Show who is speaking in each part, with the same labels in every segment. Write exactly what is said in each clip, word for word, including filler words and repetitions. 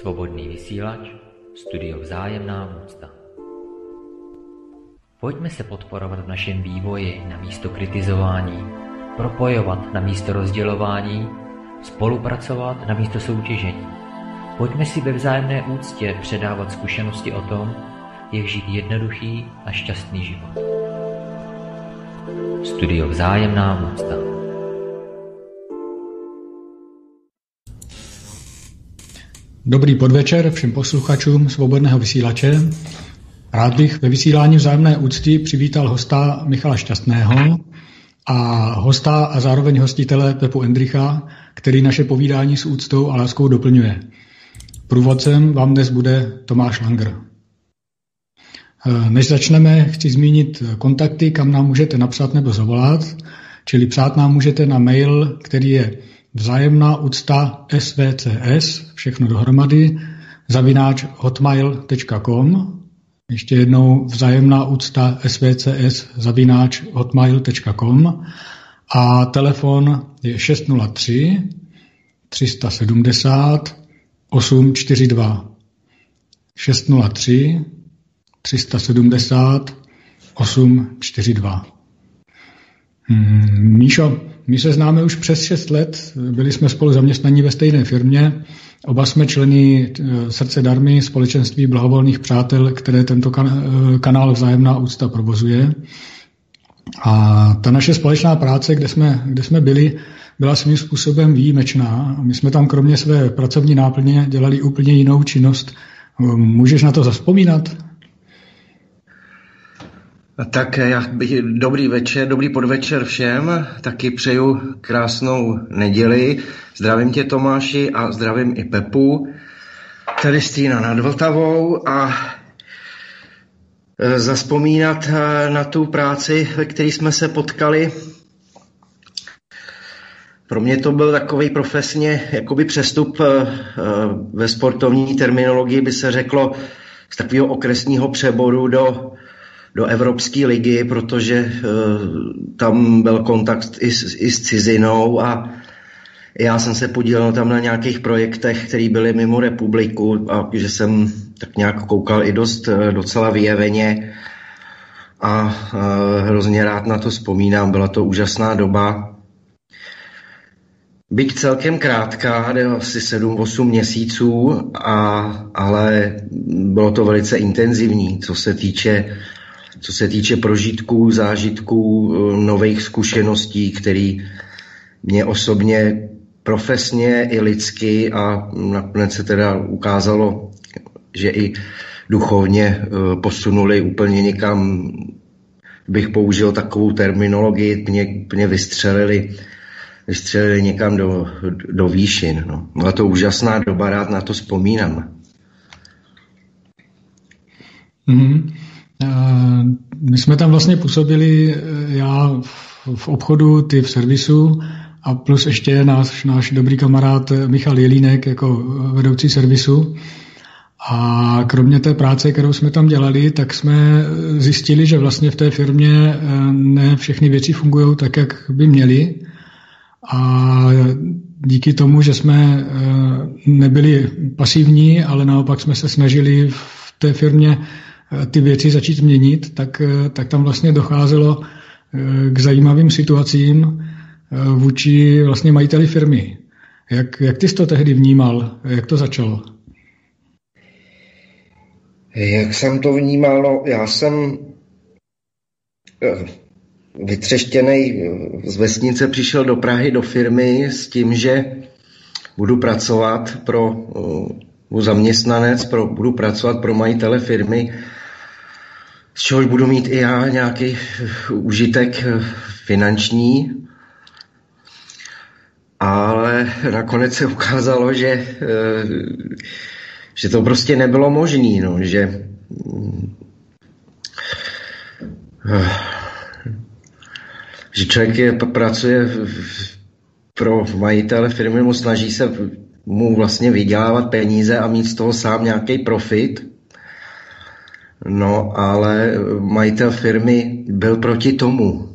Speaker 1: Svobodný vysílač, studio Vzájemná úcta. Pojďme se podporovat v našem vývoji na místo kritizování, propojovat na místo rozdělování, spolupracovat na místo soutěžení. Pojďme si ve vzájemné úctě předávat zkušenosti o tom, jak žít jednoduchý a šťastný život. Studio Vzájemná úcta.
Speaker 2: Dobrý podvečer všem posluchačům Svobodného vysílače. Rád bych ve vysílání Vzájemné úcty přivítal hosta Michala Šťastného a hosta a zároveň hostitele Pepu Endricha, který naše povídání s úctou a láskou doplňuje. Průvodcem vám dnes bude Tomáš Langer. Než začneme, chci zmínit kontakty, kam nám můžete napsat nebo zavolat, čili psát nám můžete na mail, který je vzájemná úcta svcs, všechno dohromady, zavináč hotmail tečka com. Ještě jednou vzájemná úcta svcs, zavináč hotmail tečka com. A telefon je šest nula tři tři sedmdesát osm čtyřicet dva. šest nula tři tři sedmdesát osm čtyřicet dva. Hmm, Míšo, my se známe už přes šest let, byli jsme spolu zaměstnaní ve stejné firmě, oba jsme členy Srdce darmy, společenství blahovolných přátel, které tento kanál Vzájemná úcta provozuje. A ta naše společná práce, kde jsme, kde jsme byli, byla svým způsobem výjimečná. My jsme tam kromě své pracovní náplně dělali úplně jinou činnost. Můžeš na to zavzpomínat?
Speaker 3: Tak já bych, dobrý večer, dobrý podvečer všem, taky přeju krásnou neděli. Zdravím tě, Tomáši, a zdravím i Pepu. Tady Stýna nad Vltavou a zazpomínat na tu práci, ve které jsme se potkali. Pro mě to byl takový profesně jakoby přestup ve sportovní terminologii, by se řeklo, z takového okresního přeboru do do Evropské ligy, protože uh, tam byl kontakt i s, i s cizinou a já jsem se podílel tam na nějakých projektech, které byly mimo republiku a že jsem tak nějak koukal i dost docela vyjeveně a uh, hrozně rád na to vzpomínám. Byla to úžasná doba. Byť celkem krátká, asi sedm osm měsíců, a, ale bylo to velice intenzivní, co se týče Co se týče prožitků, zážitků, nových zkušeností, které mě osobně profesně i lidsky a nakonec se teda ukázalo, že i duchovně posunuli úplně někam, bych použil takovou terminologii, mě, mě vystřelili, vystřelili někam do, do výšin. No. Byla to úžasná doba, rád na to vzpomínám.
Speaker 2: Mm-hmm. My jsme tam vlastně působili, já v obchodu, ty v servisu a plus ještě náš, náš dobrý kamarád Michal Jelínek jako vedoucí servisu. A kromě té práce, kterou jsme tam dělali, tak jsme zjistili, že vlastně v té firmě ne všechny věci fungují tak, jak by měly. A díky tomu, že jsme nebyli pasivní, ale naopak jsme se snažili v té firmě ty věci začít měnit, tak, tak tam vlastně docházelo k zajímavým situacím vůči vlastně majiteli firmy. Jak, jak ty jsi to tehdy vnímal? Jak to začalo?
Speaker 3: Jak jsem to vnímal? No, já jsem vytřeštěnej z vesnice přišel do Prahy, do firmy s tím, že budu pracovat pro budu zaměstnanec, pro, budu pracovat pro majitele firmy, z čehož budu mít i já nějaký užitek finanční. Ale nakonec se ukázalo, že, že to prostě nebylo možné, no, že že člověk je, pracuje pro majitele firmy, mu snaží se mu vlastně vydělávat peníze a mít z toho sám nějaký profit. No, ale majitel firmy byl proti tomu.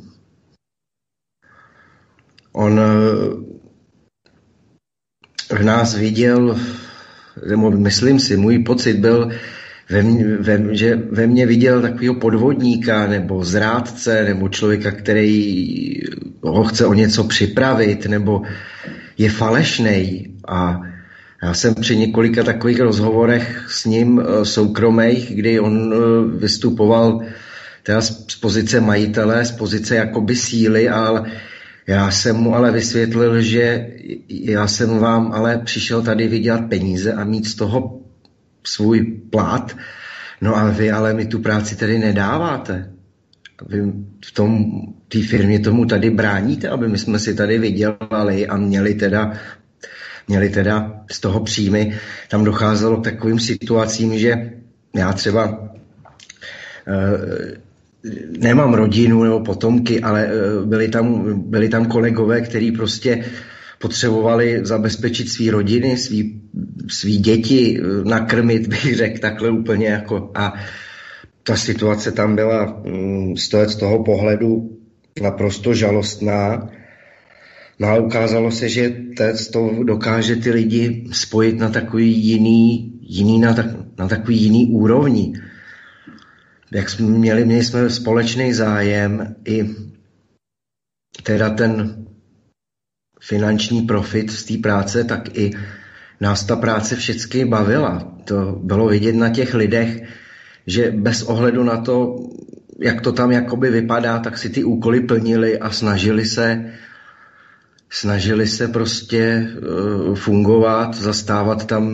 Speaker 3: On v nás viděl myslím si, můj pocit byl, ve mně, ve, že ve mně viděl takového podvodníka nebo zrádce nebo člověka, který ho chce o něco připravit nebo je falešnej. A já jsem při několika takových rozhovorech s ním soukromých, kdy on vystupoval teda z pozice majitele, z pozice jakoby síly, ale já jsem mu ale vysvětlil, že já jsem vám ale přišel tady vydělat peníze a mít z toho svůj plat, no a vy ale mi tu práci tady nedáváte. Vy v tom, té firmě tomu tady bráníte, aby my jsme si tady vydělali a měli teda, měli teda z toho příjmy. Tam docházelo k takovým situacím, že já třeba e, nemám rodinu nebo potomky, ale e, byli tam, byli tam kolegové, kteří prostě potřebovali zabezpečit svý rodiny, svý, svý děti, nakrmit, bych řekl takhle úplně jako. A ta situace tam byla z toho pohledu naprosto žalostná. No a ukázalo se, že to dokáže ty lidi spojit na takový jiný, jiný na, tak, na takový jiný úrovni. Jak jsme měli, měli jsme společný zájem i teda ten finanční profit z té práce, tak i nás ta práce všechny bavila. To bylo vidět na těch lidech, že bez ohledu na to, jak to tam jakoby vypadá, tak si ty úkoly plnili a snažili se snažili se prostě uh, fungovat, zastávat tam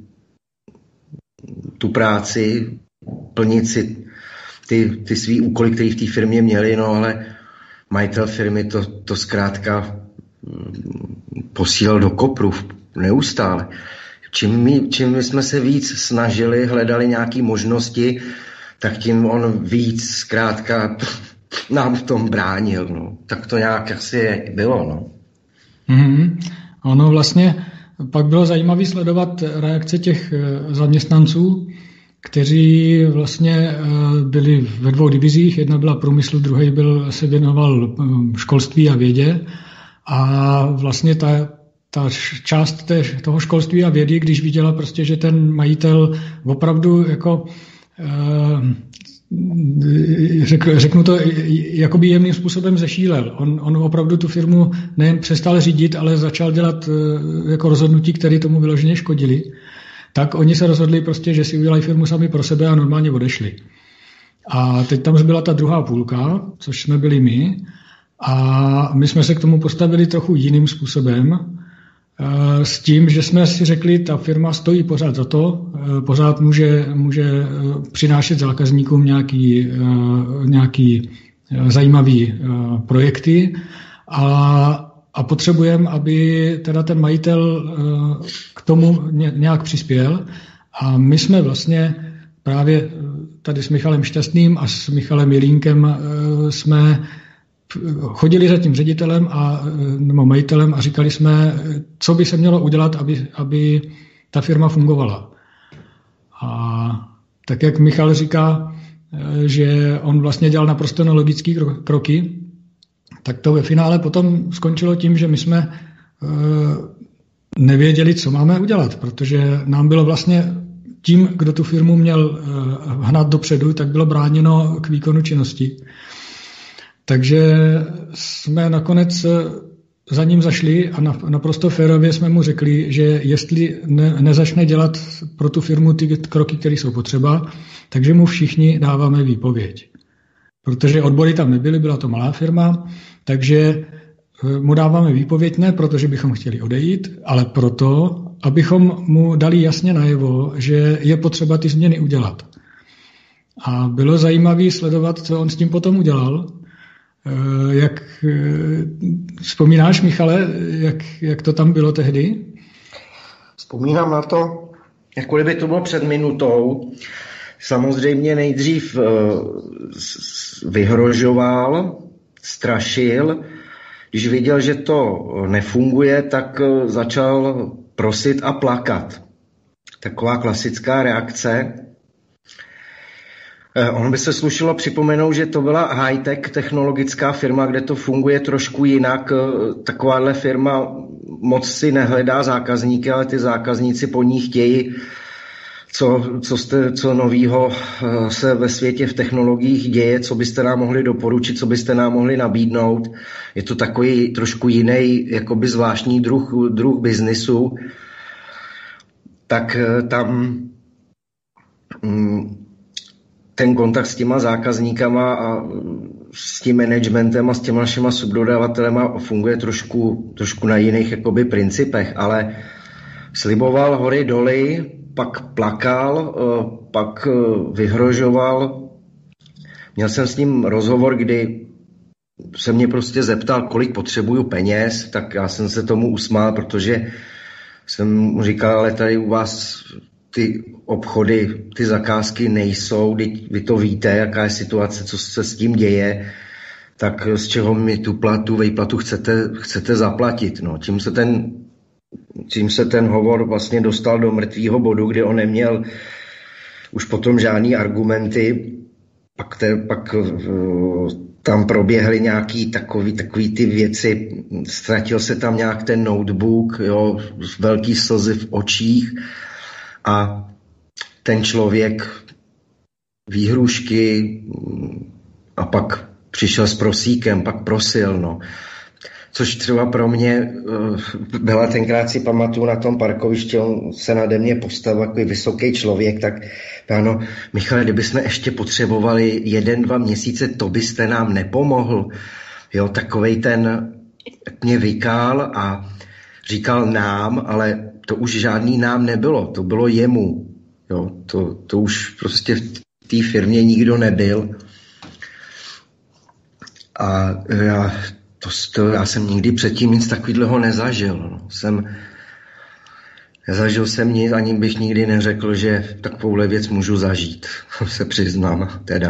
Speaker 3: tu práci, plnit si ty, ty svý úkoly, které v té firmě měli, no ale majitel firmy to, to zkrátka posílal do kopru neustále. Čím my, čím my jsme se víc snažili, hledali nějaké možnosti, tak tím on víc zkrátka nám v tom bránil. No. Tak to nějak asi bylo. No.
Speaker 2: Mm-hmm. Ono vlastně pak bylo zajímavé sledovat reakce těch zaměstnanců, kteří vlastně byli ve dvou divizích. Jedna byla průmysl, druhý byl, se věnoval školství a vědě. A vlastně ta, ta část té, toho školství a vědy, když viděla prostě, že ten majitel opravdu jako řeknu, řeknu to jakoby jemným způsobem zešílel. On, on opravdu tu firmu nejen přestal řídit, ale začal dělat jako rozhodnutí, které tomu vyloženě škodili. Tak oni se rozhodli prostě, že si udělají firmu sami pro sebe a normálně odešli. A teď tam byla ta druhá půlka, což jsme byli my. A my jsme se k tomu postavili trochu jiným způsobem, s tím, že jsme si řekli, ta firma stojí pořád za to, pořád může, může přinášet zákazníkům nějaký, nějaký zajímavý projekty a, a potřebujeme, aby teda ten majitel k tomu nějak přispěl. A my jsme vlastně právě tady s Michalem Šťastným a s Michalem Jelínkem jsme chodili za tím ředitelem a, nebo majitelem a říkali jsme, co by se mělo udělat, aby, aby ta firma fungovala. A tak jak Michal říká, že on vlastně dělal naprosto nelogické kroky, tak to ve finále potom skončilo tím, že my jsme nevěděli, co máme udělat, protože nám bylo vlastně tím, kdo tu firmu měl hnat dopředu, tak bylo bráněno k výkonu činnosti. Takže jsme nakonec za ním zašli a naprosto férově jsme mu řekli, že jestli ne, nezačne dělat pro tu firmu ty kroky, které jsou potřeba, takže mu všichni dáváme výpověď. Protože odbory tam nebyly, byla to malá firma, takže mu dáváme výpověď ne proto, že bychom chtěli odejít, ale proto, abychom mu dali jasně najevo, že je potřeba ty změny udělat. A bylo zajímavé sledovat, co on s tím potom udělal. Jak vzpomínáš, Michale, jak, jak to tam bylo tehdy?
Speaker 3: Vzpomínám na to, jako kdyby to bylo před minutou. Samozřejmě nejdřív vyhrožoval, strašil. Když viděl, že to nefunguje, tak začal prosit a plakat. Taková klasická reakce. On by se slušilo připomenout, že to byla high-tech technologická firma, kde to funguje trošku jinak. Takováhle firma moc si nehledá zákazníky, ale ty zákazníci po ní chtějí, co, co, jste, co novýho se ve světě v technologiích děje, co byste nám mohli doporučit, co byste nám mohli nabídnout. Je to takový trošku jiný, jakoby zvláštní druh, druh biznisu. Tak tam ten kontakt s těma zákazníkama a s tím managementem a s těma našima subdodavatelema funguje trošku, trošku na jiných jakoby principech, ale sliboval hory doly, pak plakal, pak vyhrožoval. Měl jsem s ním rozhovor, kdy se mě prostě zeptal, kolik potřebuju peněz, tak já jsem se tomu usmál, protože jsem mu říkal, ale tady u vás ty obchody, ty zakázky nejsou, vy to víte, jaká je situace, co se s tím děje, tak z čeho mi tu platu, výplatu chcete, chcete zaplatit. No, tím se ten Tím se ten hovor vlastně dostal do mrtvého bodu, kdy on neměl už potom žádný argumenty, pak, te, pak uh, tam proběhly nějaký takový, takový ty věci, ztratil se tam nějak ten notebook, jo, velký slzy v očích a ten člověk výhrušky a pak přišel s prosíkem, pak prosil, no. Což třeba pro mě byla tenkrát, si pamatuju na tom parkovišti, on se nade mě postavil jako vysoký člověk, tak ano, Michale, kdybychom ještě potřebovali jeden, dva měsíce, to byste nám nepomohl. Jo, takovej ten mě vykál a říkal nám, ale to už žádný nám nebylo, to bylo jemu. Jo, to, to už prostě v té firmě nikdo nebyl. A já... To, to, já jsem nikdy předtím nic takového nezažil. No. Jsem, nezažil jsem nic, ani bych nikdy neřekl, že takovouhle věc můžu zažít. Se přiznám teda.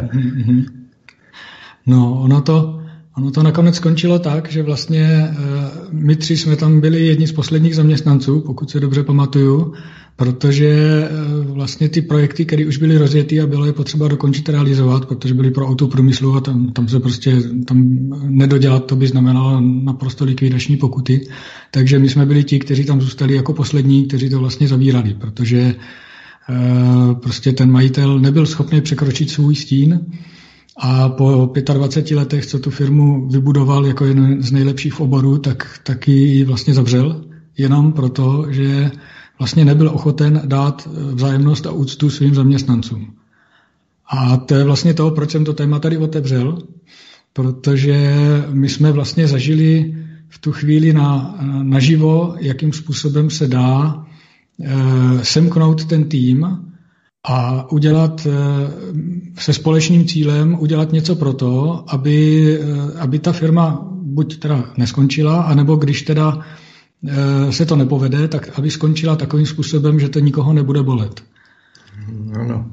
Speaker 2: No, ono to, ono to nakonec skončilo tak, že vlastně my tři jsme tam byli jedni z posledních zaměstnanců, pokud se dobře pamatuju, protože vlastně ty projekty, které už byly rozjetý a bylo je potřeba dokončit realizovat, protože byly pro autoprůmyslu a tam, tam se prostě tam nedodělat, to by znamenalo naprosto likvidační pokuty. Takže my jsme byli ti, kteří tam zůstali jako poslední, kteří to vlastně zavírali, protože e, prostě ten majitel nebyl schopný překročit svůj stín a po dvaceti pěti letech, co tu firmu vybudoval jako jeden z nejlepších v oboru, tak taky ji vlastně zavřel, jenom proto, že vlastně nebyl ochoten dát vzájemnost a úctu svým zaměstnancům. A to je vlastně to, proč jsem to téma tady otevřel, protože my jsme vlastně zažili v tu chvíli na, naživo, jakým způsobem se dá e, semknout ten tým a udělat e, se společným cílem, udělat něco pro to, aby, e, aby ta firma buď teda neskončila, anebo když teda se to nepovede, tak aby skončila takovým způsobem, že to nikoho nebude bolet.
Speaker 3: No, no.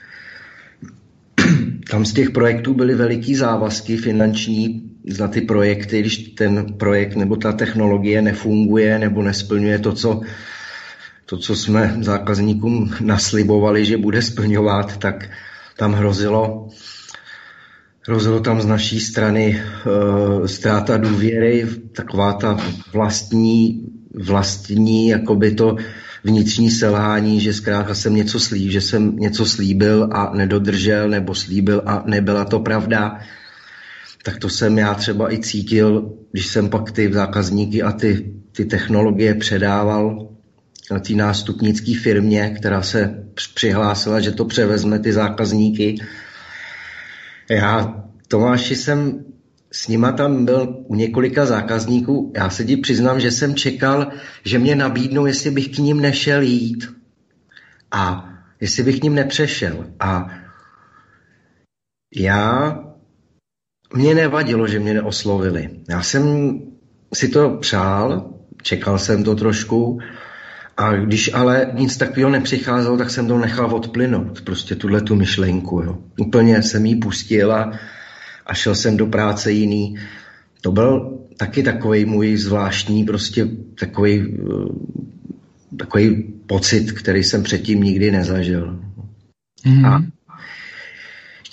Speaker 3: Tam z těch projektů byly veliký závazky finanční za ty projekty, když ten projekt nebo ta technologie nefunguje nebo nesplňuje to, co, to, co jsme zákazníkům naslibovali, že bude splňovat, tak tam hrozilo Hrozilo tam z naší strany uh, ztráta důvěry, taková ta vlastní, vlastní, jakoby to vnitřní selhání, že zkrátka jsem něco slíbil, že jsem něco slíbil a nedodržel, nebo slíbil a nebyla to pravda. Tak to jsem já třeba i cítil, když jsem pak ty zákazníky a ty, ty technologie předával na té nástupnické firmě, která se přihlásila, že to převezme ty zákazníky. Já, Tomáši, jsem s nima tam byl u několika zákazníků. Já se ti přiznám, že jsem čekal, že mě nabídnou, jestli bych k ním nešel jít a jestli bych k ním nepřešel. A já, mě nevadilo, že mě neoslovili. Já jsem si to přál, čekal jsem to trošku, a když ale nic takového nepřicházelo, tak jsem to nechal odplynout, prostě tuhle tu myšlenku. Jo. Úplně jsem jí pustil a, a šel jsem do práce jiný. To byl taky takovej můj zvláštní, prostě takovej, takovej pocit, který jsem předtím nikdy nezažil. Mm-hmm. A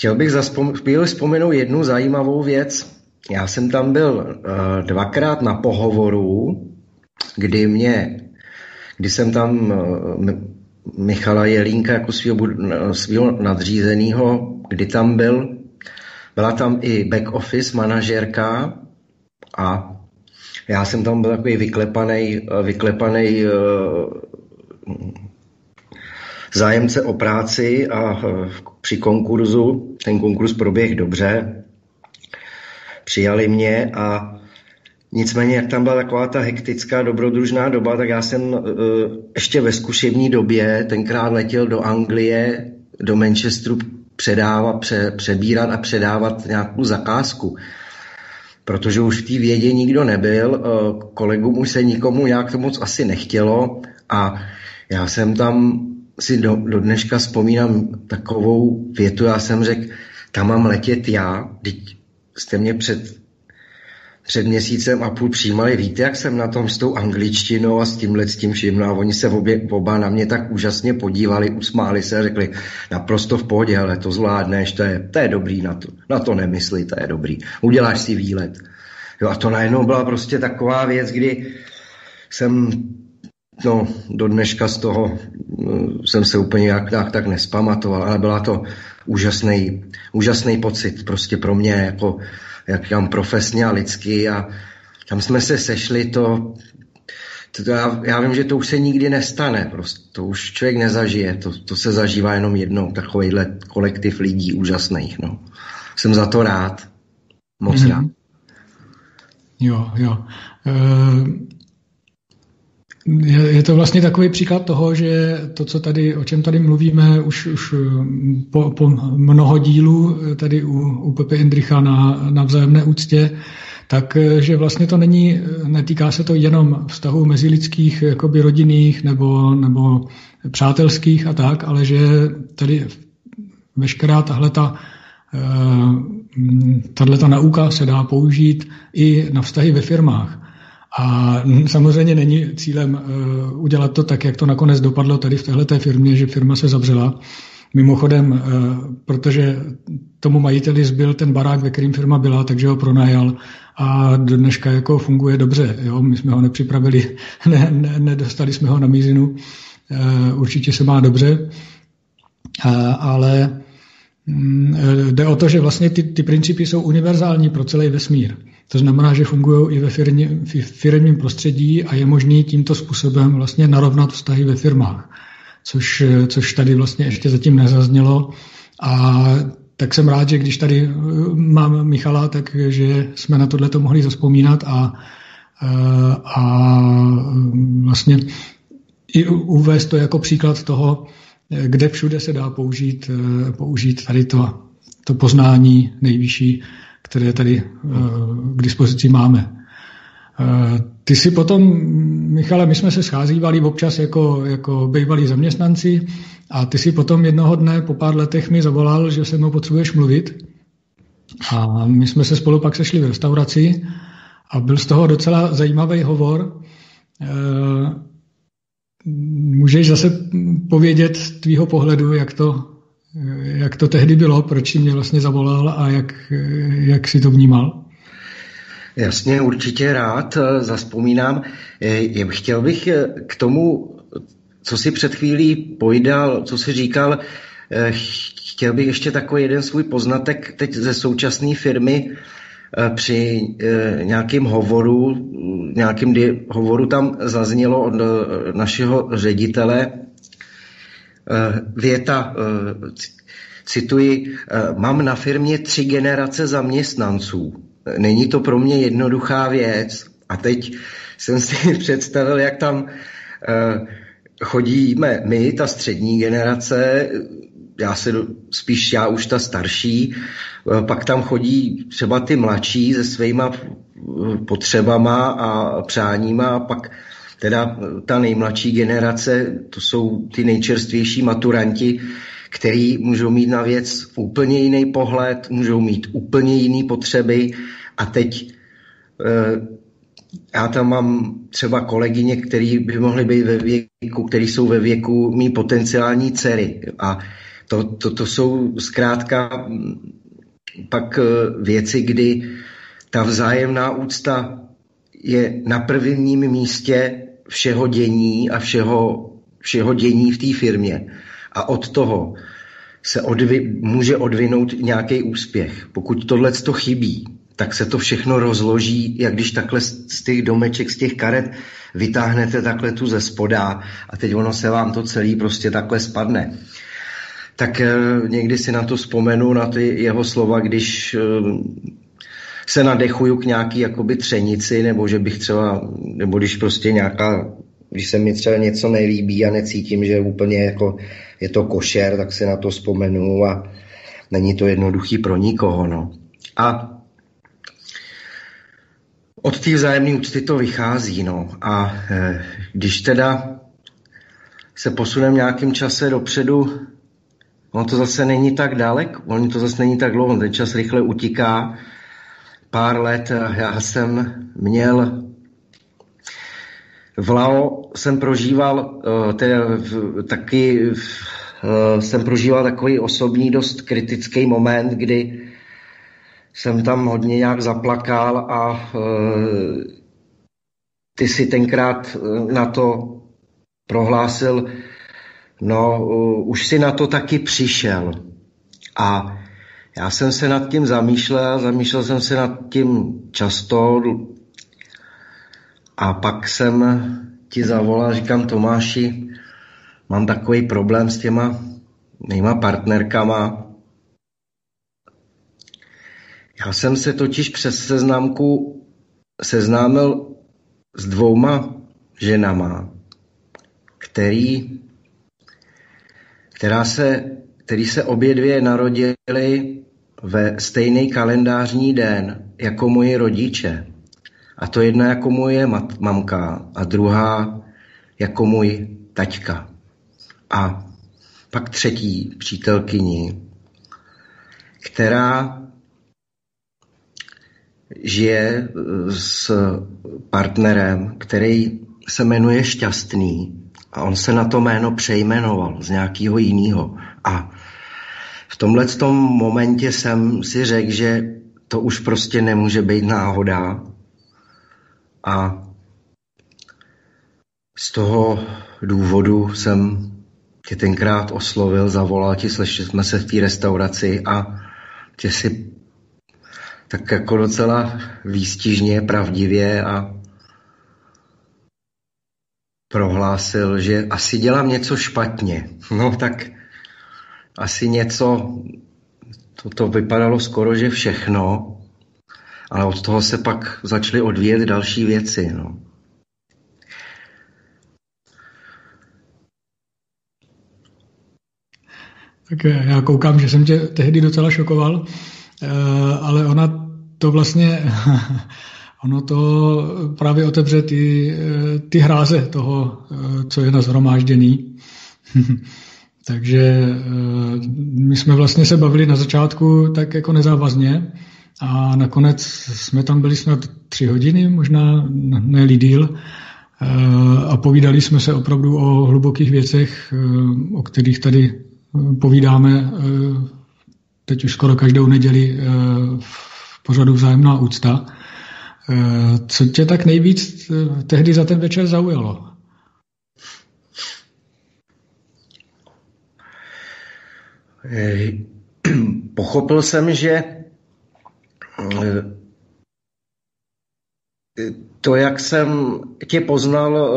Speaker 3: chtěl bych za chvíli vzpomenout jednu zajímavou věc. Já jsem tam byl uh, dvakrát na pohovoru, kdy mě, kdy jsem tam uh, Michala Jelínka jako svýho, svýho nadřízenýho, kdy tam byl, byla tam i back office manažérka a já jsem tam byl takový vyklepanej, vyklepanej uh, zájemce o práci a uh, při konkurzu, ten konkurs proběhl dobře, přijali mě a nicméně, jak tam byla taková ta hektická dobrodružná doba, tak já jsem uh, ještě ve zkušební době tenkrát letěl do Anglie, do Manchesteru předávat, pře, přebírat a předávat nějakou zakázku. Protože už v té vědě nikdo nebyl, uh, kolegům už se nikomu nějak to moc asi nechtělo a já jsem tam si do, do dneška vzpomínám takovou větu, já jsem řekl, tam mám letět já, teď jste mě před před měsícem a půl přijímali, víte, jak jsem na tom s tou angličtinou a s tímhle s tím vším, no a oni se obě, oba na mě tak úžasně podívali, usmáli se a řekli, naprosto v pohodě, ale to zvládneš, to je, to je dobrý, na to, na to nemysli, to je dobrý, uděláš si výlet. Jo, a to najednou byla prostě taková věc, kdy jsem, no, do dneška z toho no, jsem se úplně jak tak, tak nespamatoval, ale byla to úžasný, úžasný pocit prostě pro mě, jako jak říkám, profesně a lidsky a tam jsme se sešli, to, to já, já vím, že to už se nikdy nestane, prostě to už člověk nezažije, to, to se zažívá jenom jednou, takovejhle kolektiv lidí úžasných, no. Jsem za to rád, moc mm-hmm. rád.
Speaker 2: Jo, jo. Je, je to vlastně takový příklad toho, že to, co tady, o čem tady mluvíme už, už po, po mnoho dílů tady u, u Pepe Jindřicha na, na vzájemné úctě, tak že vlastně to není, netýká se to jenom vztahů mezilidských, jakoby rodinných nebo, nebo přátelských a tak, ale že tady veškerá tahleta tahleta nauka se dá použít i na vztahy ve firmách. A samozřejmě není cílem uh, udělat to tak, jak to nakonec dopadlo tady v téhleté firmě, že firma se zavřela. Mimochodem, uh, protože tomu majiteli zbyl ten barák, ve kterým firma byla, takže ho pronajal a do dneška jako funguje dobře. Jo? My jsme ho nepřipravili, ne, ne, nedostali jsme ho na mízinu, uh, určitě se má dobře, uh, ale um, jde o to, že vlastně ty, ty principy jsou univerzální pro celý vesmír. To znamená, že fungují i ve firemním prostředí a je možný tímto způsobem vlastně narovnat vztahy ve firmách, což, což tady vlastně ještě zatím nezaznělo. A tak jsem rád, že když tady mám Michala, takže jsme na tohleto mohli zavzpomínat a, a vlastně i uvést to jako příklad toho, kde všude se dá použít, použít tady to, to poznání nejvyšší, které tady uh, k dispozici máme. Uh, ty si potom, Michale, my jsme se scházívali občas jako, jako bývalí zaměstnanci a ty si potom jednoho dne po pár letech mi zavolal, že se mnou potřebuješ mluvit a my jsme se spolu pak sešli v restauraci a byl z toho docela zajímavý hovor. Uh, můžeš zase povědět z tvýho pohledu, jak to Jak to tehdy bylo, proč jsi mě vlastně zavolal a jak, jak jsi to vnímal?
Speaker 3: Jasně, určitě rád, zazpomínám. Chtěl bych k tomu, co si před chvílí povídal, co jsi říkal, chtěl bych ještě takový jeden svůj poznatek teď ze současné firmy při nějakém hovoru, nějakém hovoru tam zaznělo od našeho ředitele věta, cituji, mám na firmě tři generace zaměstnanců. Není to pro mě jednoduchá věc. A teď jsem si představil, jak tam chodíme my, ta střední generace, já se spíš já už ta starší, pak tam chodí třeba ty mladší se svýma potřebama a přáníma a pak teda ta nejmladší generace, to jsou ty nejčerstvější maturanti, který můžou mít na věc úplně jiný pohled, můžou mít úplně jiný potřeby a teď já tam mám třeba kolegyně, který by mohly být ve věku, který jsou ve věku mý potenciální dcery a to, to, to jsou zkrátka pak věci, kdy ta vzájemná úcta je na prvním místě všeho dění a všeho, všeho dění v té firmě. A od toho se odvi, může odvinout nějaký úspěch. Pokud tohle to chybí, tak se to všechno rozloží, jak když takhle z těch domeček, z těch karet vytáhnete takhle tu ze spoda a teď ono se vám to celý prostě takhle spadne. Tak e, někdy si na to vzpomenu, na ty jeho slova, když e, se nadechuju k nějaký jakoby třenici, nebo že bych třeba, nebo když prostě nějaká, když se mi třeba něco nelíbí a necítím, že úplně jako je to košer, tak si na to vzpomenu a není to jednoduchý pro nikoho, no. A od té vzájemné úcty to vychází, no. A e, když teda se posuneme nějakým čase dopředu, ono to zase není tak dalek, ono to zase není tak dlouho, ten čas rychle utíká. Pár let já jsem měl v Lao jsem prožíval uh, te, v, taky uh, jsem prožíval takový osobní dost kritický moment, kdy jsem tam hodně nějak zaplakal a uh, ty si tenkrát na to prohlásil, no uh, už si na to taky přišel. A já jsem se nad tím zamýšlel, zamýšlel jsem se nad tím často a pak jsem ti zavolal, říkám, Tomáši, mám takový problém s těma mýma partnerkama. Já jsem se totiž přes seznamku seznámil s dvouma ženama, který, která se, který se obě dvě narodily ve stejný kalendářní den jako moji rodiče. A to jedna jako moje mat- mamka a druhá jako můj taťka. A pak třetí přítelkyni, která žije s partnerem, který se jmenuje Šťastný a on se na to jméno přejmenoval z nějakého jiného. A v tomhletom momentě jsem si řekl, že to už prostě nemůže být náhoda. A z toho důvodu jsem tě tenkrát oslovil, zavolal ti, slyšeli jsme se v té restauraci a tě si tak jako docela výstižně, pravdivě a prohlásil, že asi dělám něco špatně. No tak asi něco, to, to vypadalo skoro, že všechno, ale od toho se pak začaly odvíjet další věci. No.
Speaker 2: Tak já koukám, že jsem tě tehdy docela šokoval, ale ona to vlastně, ono to právě otevře ty, ty hráze toho, co je na shromáždění. Takže my jsme vlastně se bavili na začátku tak jako nezávazně a nakonec jsme tam byli snad tři hodiny, možná ne-li díl, a povídali jsme se opravdu o hlubokých věcech, o kterých tady povídáme teď už skoro každou neděli v pořadu Vzájemná úcta. Co tě tak nejvíc tehdy za ten večer zaujalo?
Speaker 3: Pochopil jsem, že to, jak jsem tě poznal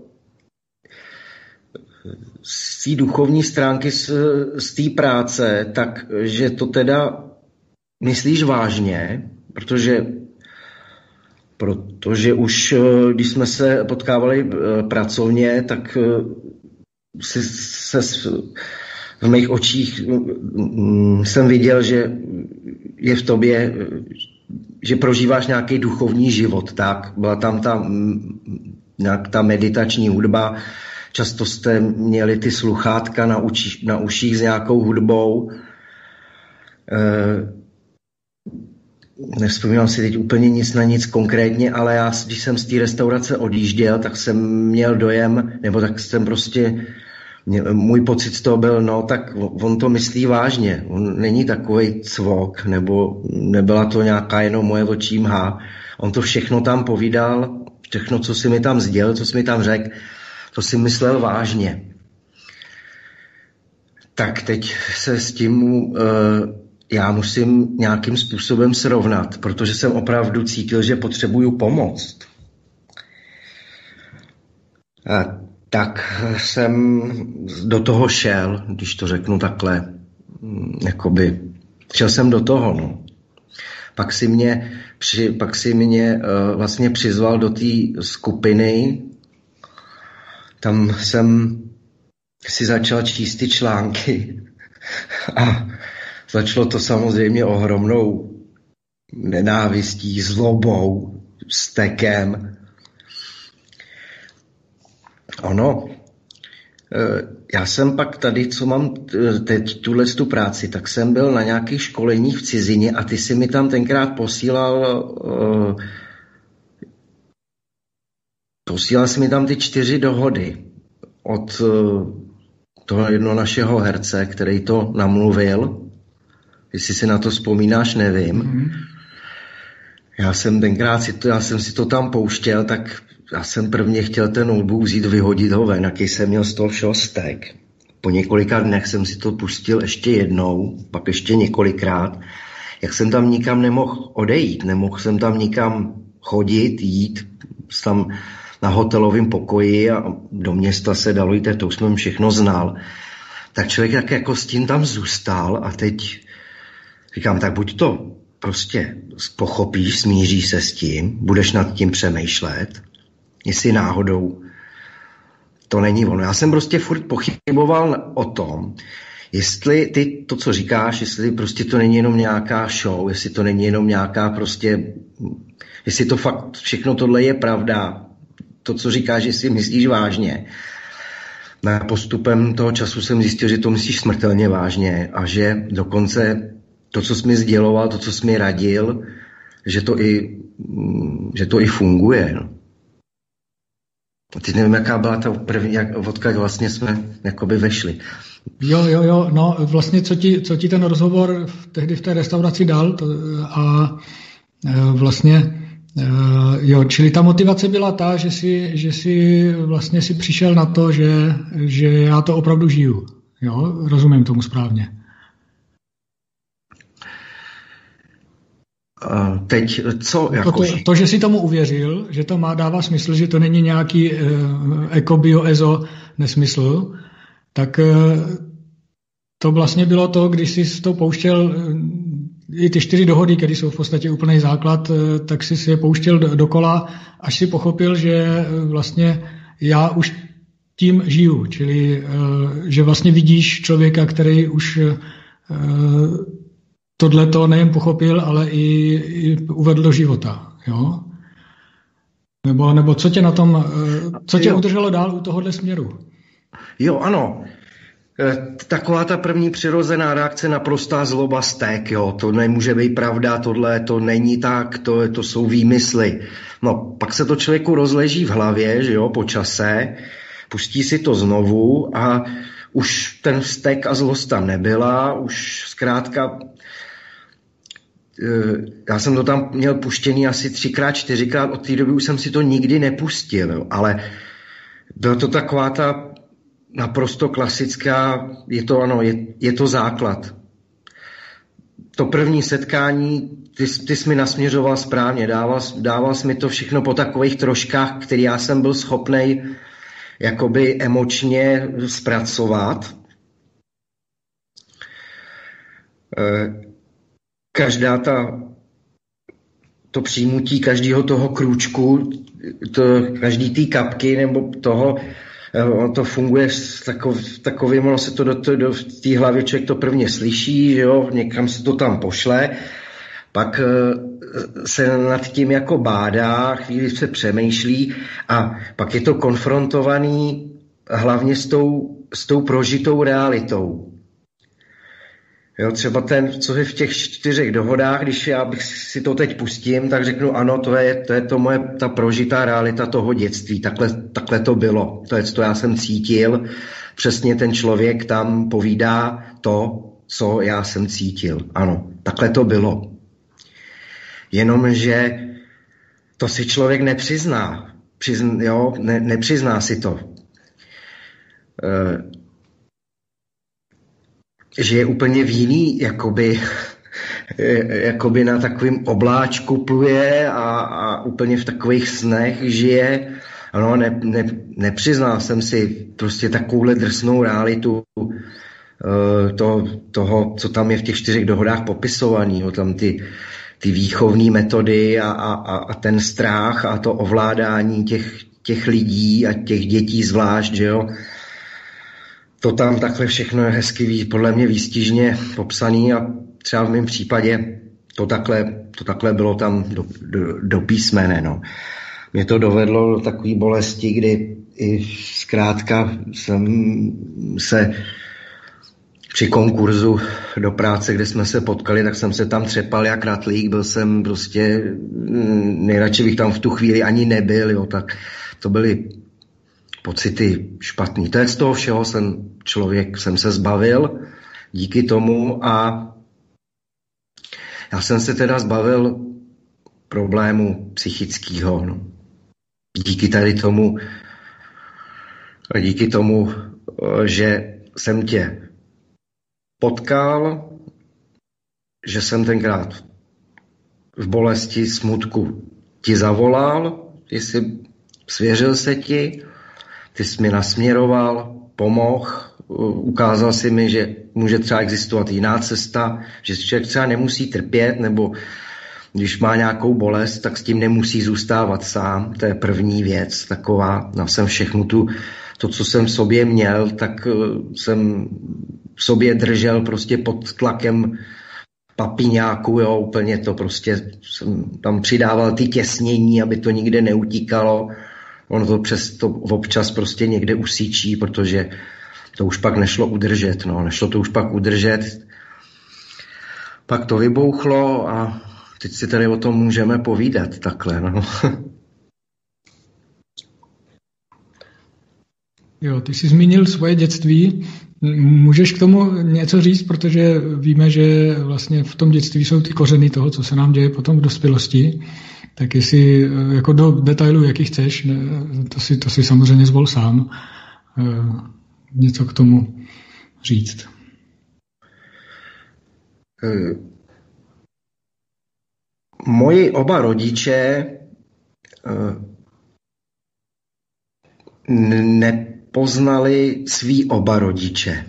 Speaker 3: z té duchovní stránky, z, z té práce, tak že to teda myslíš vážně, protože protože už, když jsme se potkávali pracovně, tak si se v mých očích jsem viděl, že je v tobě, že prožíváš nějaký duchovní život, tak byla tam ta, nějak ta meditační hudba, často jste měli ty sluchátka na, uči, na uších s nějakou hudbou. E, nevzpomínám si teď úplně nic na nic konkrétně, ale já, když jsem z té restaurace odjížděl, tak jsem měl dojem, nebo tak jsem prostě můj pocit z toho byl, no tak on to myslí vážně, on není takovej cvok, nebo nebyla to nějaká jenom moje očí mha, on to všechno tam povídal, všechno, co si mi tam sdělil, co si mi tam řekl, to si myslel vážně. Tak teď se s tím uh, já musím nějakým způsobem srovnat, protože jsem opravdu cítil, že potřebuju pomoc. A tak jsem do toho šel, když to řeknu takhle, jakoby, šel jsem do toho, no. Pak si mě, při, pak si mě uh, vlastně přizval do té skupiny, tam jsem si začal číst ty články a začalo to samozřejmě ohromnou nenávistí, zlobou, stekem. Ono, já jsem pak tady, co mám teď tuhle tu práci, tak jsem byl na nějakých školeních v cizině a ty si mi tam tenkrát posílal, posílal si mi tam ty čtyři dohody od toho jednoho našeho herce, který to namluvil. Jestli si na to vzpomínáš, nevím. Mm-hmm. Já jsem tenkrát si to, já jsem si to tam pouštěl, tak já jsem prvně chtěl ten notebook vzít, vyhodit ho ven, jaký jsem měl z toho všeho stek. Po několika dnech jsem si to pustil ještě jednou, pak ještě několikrát. Jak jsem tam nikam nemohl odejít, nemohl jsem tam nikam chodit, jít, tam na hotelovém pokoji a do města se dalo jít, to už jsem všechno znal. Tak člověk tak jako s tím tam zůstal a teď říkám, tak buď to prostě pochopíš, smíříš se s tím, budeš nad tím přemýšlet, jestli náhodou to není ono. Já jsem prostě furt pochyboval o tom, jestli ty to, co říkáš, jestli prostě to není jenom nějaká show, jestli to není jenom nějaká prostě, jestli to fakt všechno tohle je pravda, to, co říkáš, že si myslíš vážně. Na postupem toho času jsem zjistil, že to myslíš smrtelně vážně a že dokonce to, co jsi mi sděloval, to, co jsi mi radil, že to i, že to i funguje. No. A teď nevím, jaká byla ta první, jak, odkud vlastně jsme jakoby vešli.
Speaker 2: Jo, jo, jo, no vlastně, co ti, co ti ten rozhovor tehdy v té restauraci dal to, a vlastně, jo, čili ta motivace byla ta, že si, že si vlastně si přišel na to, že, že já to opravdu žiju. Jo, rozumím tomu správně.
Speaker 3: Teď co? Jako...
Speaker 2: To, to, to, že si tomu uvěřil, že to má dává smysl, že to není nějaký uh, eko, bio, ezo nesmysl, tak uh, to vlastně bylo to, když jsi to pouštěl, uh, i ty čtyři dohody, které jsou v podstatě úplný základ, uh, tak jsi si je pouštěl do, dokola, až si pochopil, že uh, vlastně já už tím žiju, čili uh, že vlastně vidíš člověka, který už uh, tohle to nejen pochopil, ale i, i uvedl do života, jo? Nebo, nebo co tě na tom, co tě jo. udrželo dál u tohohle směru?
Speaker 3: Jo, ano. Taková ta první přirozená reakce na prostá zloba, stek, jo, to nemůže být pravda, tohle to není tak, to, to jsou výmysly. No, pak se to člověku rozleží v hlavě, že jo, po čase, pustí si to znovu a už ten stek a zlost tam nebyla, už zkrátka já jsem to tam měl puštěný asi třikrát, čtyřikrát, od té doby už jsem si to nikdy nepustil, jo. Ale byla to taková ta naprosto klasická, je to ano, je, je to základ. To první setkání, ty, ty jsi mi nasměřoval správně, dával, dával jsi mi to všechno po takových troškách, který já jsem byl schopnej jakoby emočně zpracovat. E, Každá ta, to přijmutí každého toho krůčku, to, každý té kapky nebo toho, to funguje takov, takovým, ono se to do, do, do té hlavě člověk to prvně slyší, že jo, někam se to tam pošle, pak se nad tím jako bádá, chvíli se přemýšlí a pak je to konfrontovaný hlavně s tou, s tou prožitou realitou. Jo, třeba ten, co je v těch čtyřech dohodách, když já bych si to teď pustím, tak řeknu, ano, to je to, je to moje, ta prožitá realita toho dětství, takhle, takhle to bylo, to je, co já jsem cítil, přesně ten člověk tam povídá to, co já jsem cítil. Ano, takhle to bylo. Jenomže to si člověk nepřizná. Přizn, jo, ne, nepřizná si to. E, že je úplně v jiný, jakoby, jakoby na takovém obláčku pluje a, a úplně v takových snech žije. Ano, ne, ne, nepřiznal jsem si prostě takovouhle drsnou realitu to, toho, co tam je v těch čtyřech dohodách popisovaný. Jo, tam ty, ty výchovné metody a, a, a ten strach a to ovládání těch, těch lidí a těch dětí zvlášť, že jo. To tam takhle všechno je hezky, podle mě výstižně popsaný a třeba v mém případě to takhle, to takhle bylo tam do, do, do písmene, no. Mě to dovedlo do takové bolesti, kdy i zkrátka jsem se při konkurzu do práce, kde jsme se potkali, tak jsem se tam třepal jak ratlík, byl jsem prostě, nejradši bych tam v tu chvíli ani nebyl, jo, tak to byly pocity špatný. To je z toho všeho jsem člověk, jsem se zbavil díky tomu a já jsem se teda zbavil problému psychického, no. Díky tady tomu, díky tomu, že jsem tě potkal, že jsem tenkrát v bolesti, smutku ti zavolal, ty jsi svěřil se ti, ty jsi mi nasměroval, pomohl, ukázal si mi, že může třeba existovat jiná cesta, že člověk třeba nemusí trpět, nebo když má nějakou bolest, tak s tím nemusí zůstávat sám. To je první věc taková. Já jsem všechnu tu, to, co jsem v sobě měl, tak jsem v sobě držel prostě pod tlakem papiňáku, jo, úplně to prostě jsem tam přidával ty těsnění, aby to nikde neutíkalo. Ono to přesto občas prostě někde usíčí, protože to už pak nešlo udržet, no, nešlo to už pak udržet. Pak to vybouchlo a teď si tady o tom můžeme povídat takhle, no.
Speaker 2: Jo, ty jsi zmínil svoje dětství. Můžeš k tomu něco říct, protože víme, že vlastně v tom dětství jsou ty kořeny toho, co se nám děje potom v dospělosti. Tak jestli jako do detailů, jaký chceš, to si, to si samozřejmě zvol sám, něco k tomu říct.
Speaker 3: Moji oba rodiče nepoznali svý oba rodiče.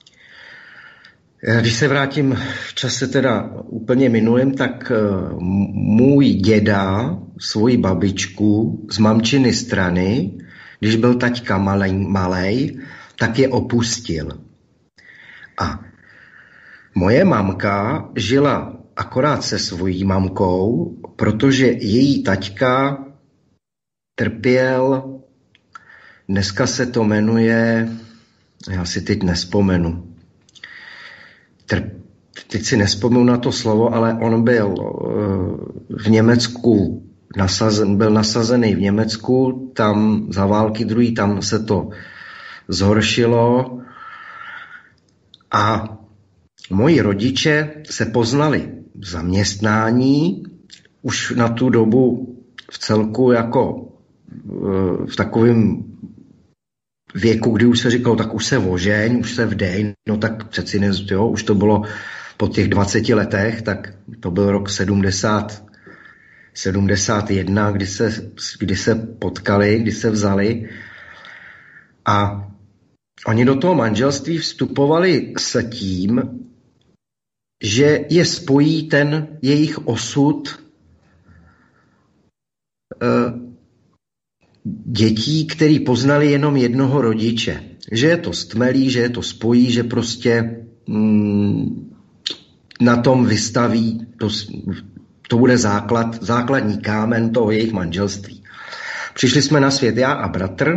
Speaker 3: Když se vrátím v čase teda úplně minulým, tak můj děda svoji babičku z mamčiny strany, když byl taťka malej, malej, tak je opustil. A moje mamka žila akorát se svojí mamkou, protože její taťka trpěl, dneska se to jmenuje, já si teď nespomenu, Trp, teď si nespomenu na to slovo, ale on byl v Německu nasazen, byl nasazený v Německu, tam za války druhý, tam se to zhoršilo a moji rodiče se poznali v zaměstnání, už na tu dobu v celku jako v takovém věku, kdy už se říkalo, tak už se ožeň, už se vdej, no tak přeci ne, jo, už to bylo po těch dvaceti letech, tak to byl rok sedmdesát, sedmdesát jedna, kdy se, kdy se potkali, kdy se vzali a oni do toho manželství vstupovali s tím, že je spojí ten jejich osud e, dětí, který poznali jenom jednoho rodiče. Že je to stmelí, že je to spojí, že prostě mm, na tom vystaví, to, to bude základ, základní kámen toho jejich manželství. Přišli jsme na svět já a bratr.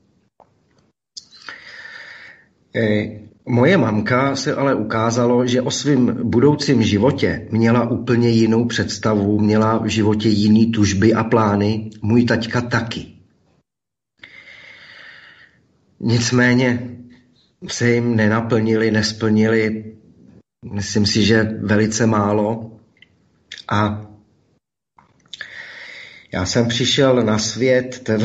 Speaker 3: E, moje mamka se ale ukázalo, že o svém budoucím životě měla úplně jinou představu, měla v životě jiný tužby a plány, můj taťka taky. Nicméně se jim nenaplnili, nesplnili. Myslím si, že velice málo. A já jsem přišel na svět ten,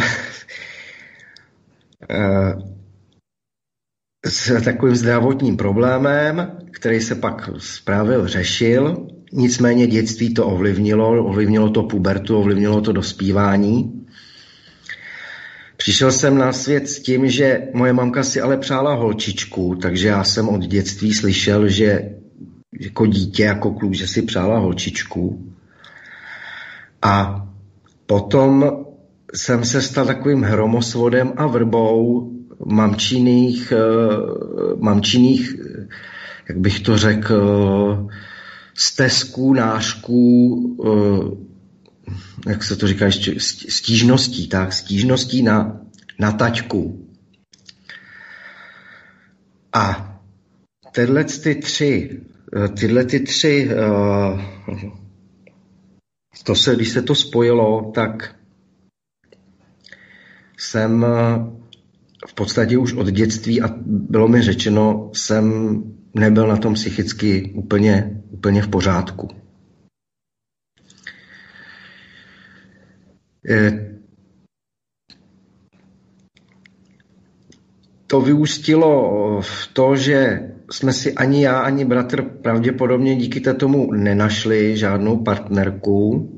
Speaker 3: s takovým zdravotním problémem, který se pak zprávil řešil. Nicméně dětství to ovlivnilo, ovlivnilo to pubertu, ovlivnilo to dospívání. Přišel jsem na svět s tím, že moje mamka si ale přála holčičku, takže já jsem od dětství slyšel, že jako dítě, jako kluk, že si přála holčičku. A potom jsem se stal takovým hromosvodem a vrbou mamčiných, mamčiných, jak bych to řekl, stesků, nářků, jak se to říká ještě, stížností, tak, stížností na, na taťku. A tyhle ty tři, tyhle ty tři, to se, když se to spojilo, tak jsem v podstatě už od dětství, a bylo mi řečeno, jsem nebyl na tom psychicky úplně, úplně v pořádku. To vyústilo v to, že jsme si ani já, ani bratr pravděpodobně díky tomu nenašli žádnou partnerku.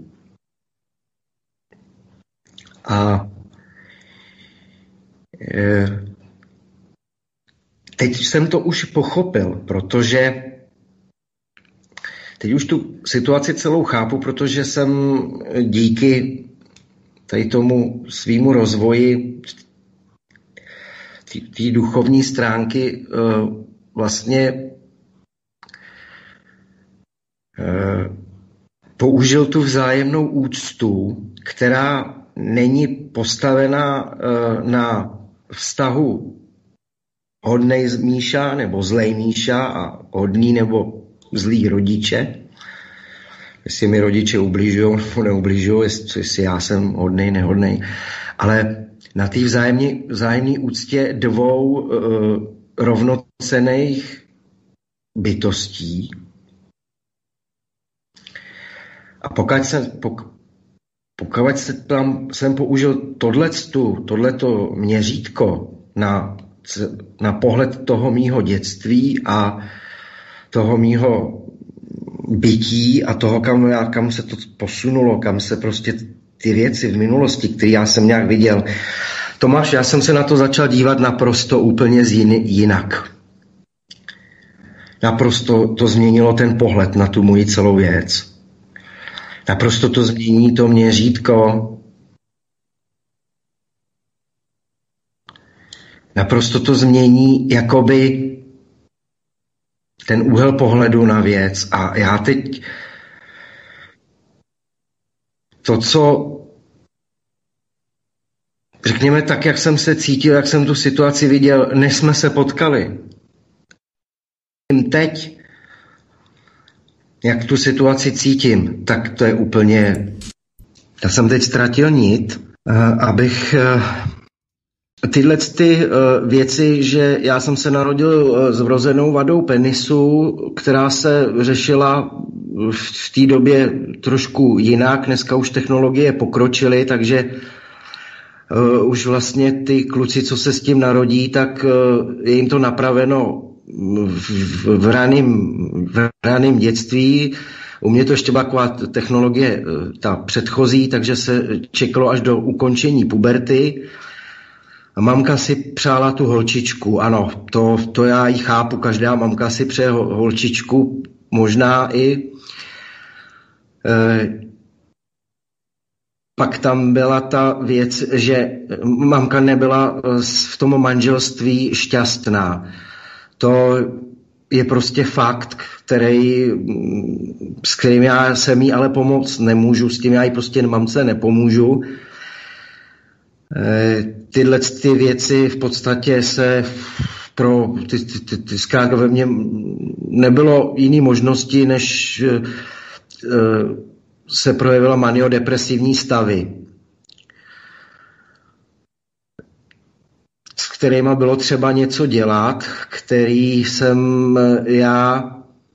Speaker 3: A teď jsem to už pochopil, protože teď už tu situaci celou chápu, protože jsem díky tady tomu svýmu rozvoji té duchovní stránky vlastně použil tu vzájemnou úctu, která není postavena na vztahu hodnej Míša nebo zlej Míša a hodný nebo zlý rodiče. Jestli mi rodiče ubližují nebo neubližují, jestli já jsem hodnej, nehodnej. Ale na té vzájemné, vzájemné úctě dvou uh, rovnocenných bytostí. A pokud jsem, pok, pokud jsem, tam, jsem použil tohleto, tohleto měřítko na, na pohled toho mýho dětství a toho mýho bytí a toho, kam, kam se to posunulo, kam se prostě ty věci v minulosti, které já jsem nějak viděl. Tomáš, já jsem se na to začal dívat naprosto úplně jinak. Naprosto to změnilo ten pohled na tu moji celou věc. Naprosto to změní to měřítko. Naprosto to změní jakoby ten úhel pohledu na věc. A já teď to, co řekněme tak, jak jsem se cítil, jak jsem tu situaci viděl, než jsme se potkali. Teď, jak tu situaci cítím, tak to je úplně... Já jsem teď ztratil nit, abych tyhle ty věci, že já jsem se narodil s vrozenou vadou penisu, která se řešila v té době trošku jinak. Dneska už technologie pokročily, takže uh, už vlastně ty kluci, co se s tím narodí, tak uh, je jim to napraveno v, v, v, raným, v raným dětství. U mě to ještě byla taková technologie uh, ta předchozí, takže se čekalo až do ukončení puberty. A mamka si přála tu holčičku. Ano, to, to já ji chápu. Každá mamka si přeje holčičku, možná i e, pak tam byla ta věc, že mamka nebyla v tom manželství šťastná. To je prostě fakt, který, s kterým já jsem jí ale pomoct nemůžu, s tím já jí prostě mamce nepomůžu. E, tyhle ty věci v podstatě se pro ty, ty, ty, ty zkrátka ve mně nebylo jiný možnosti, než e, se projevila maniodepresivní stavy. kterýma bylo třeba něco dělat, který jsem já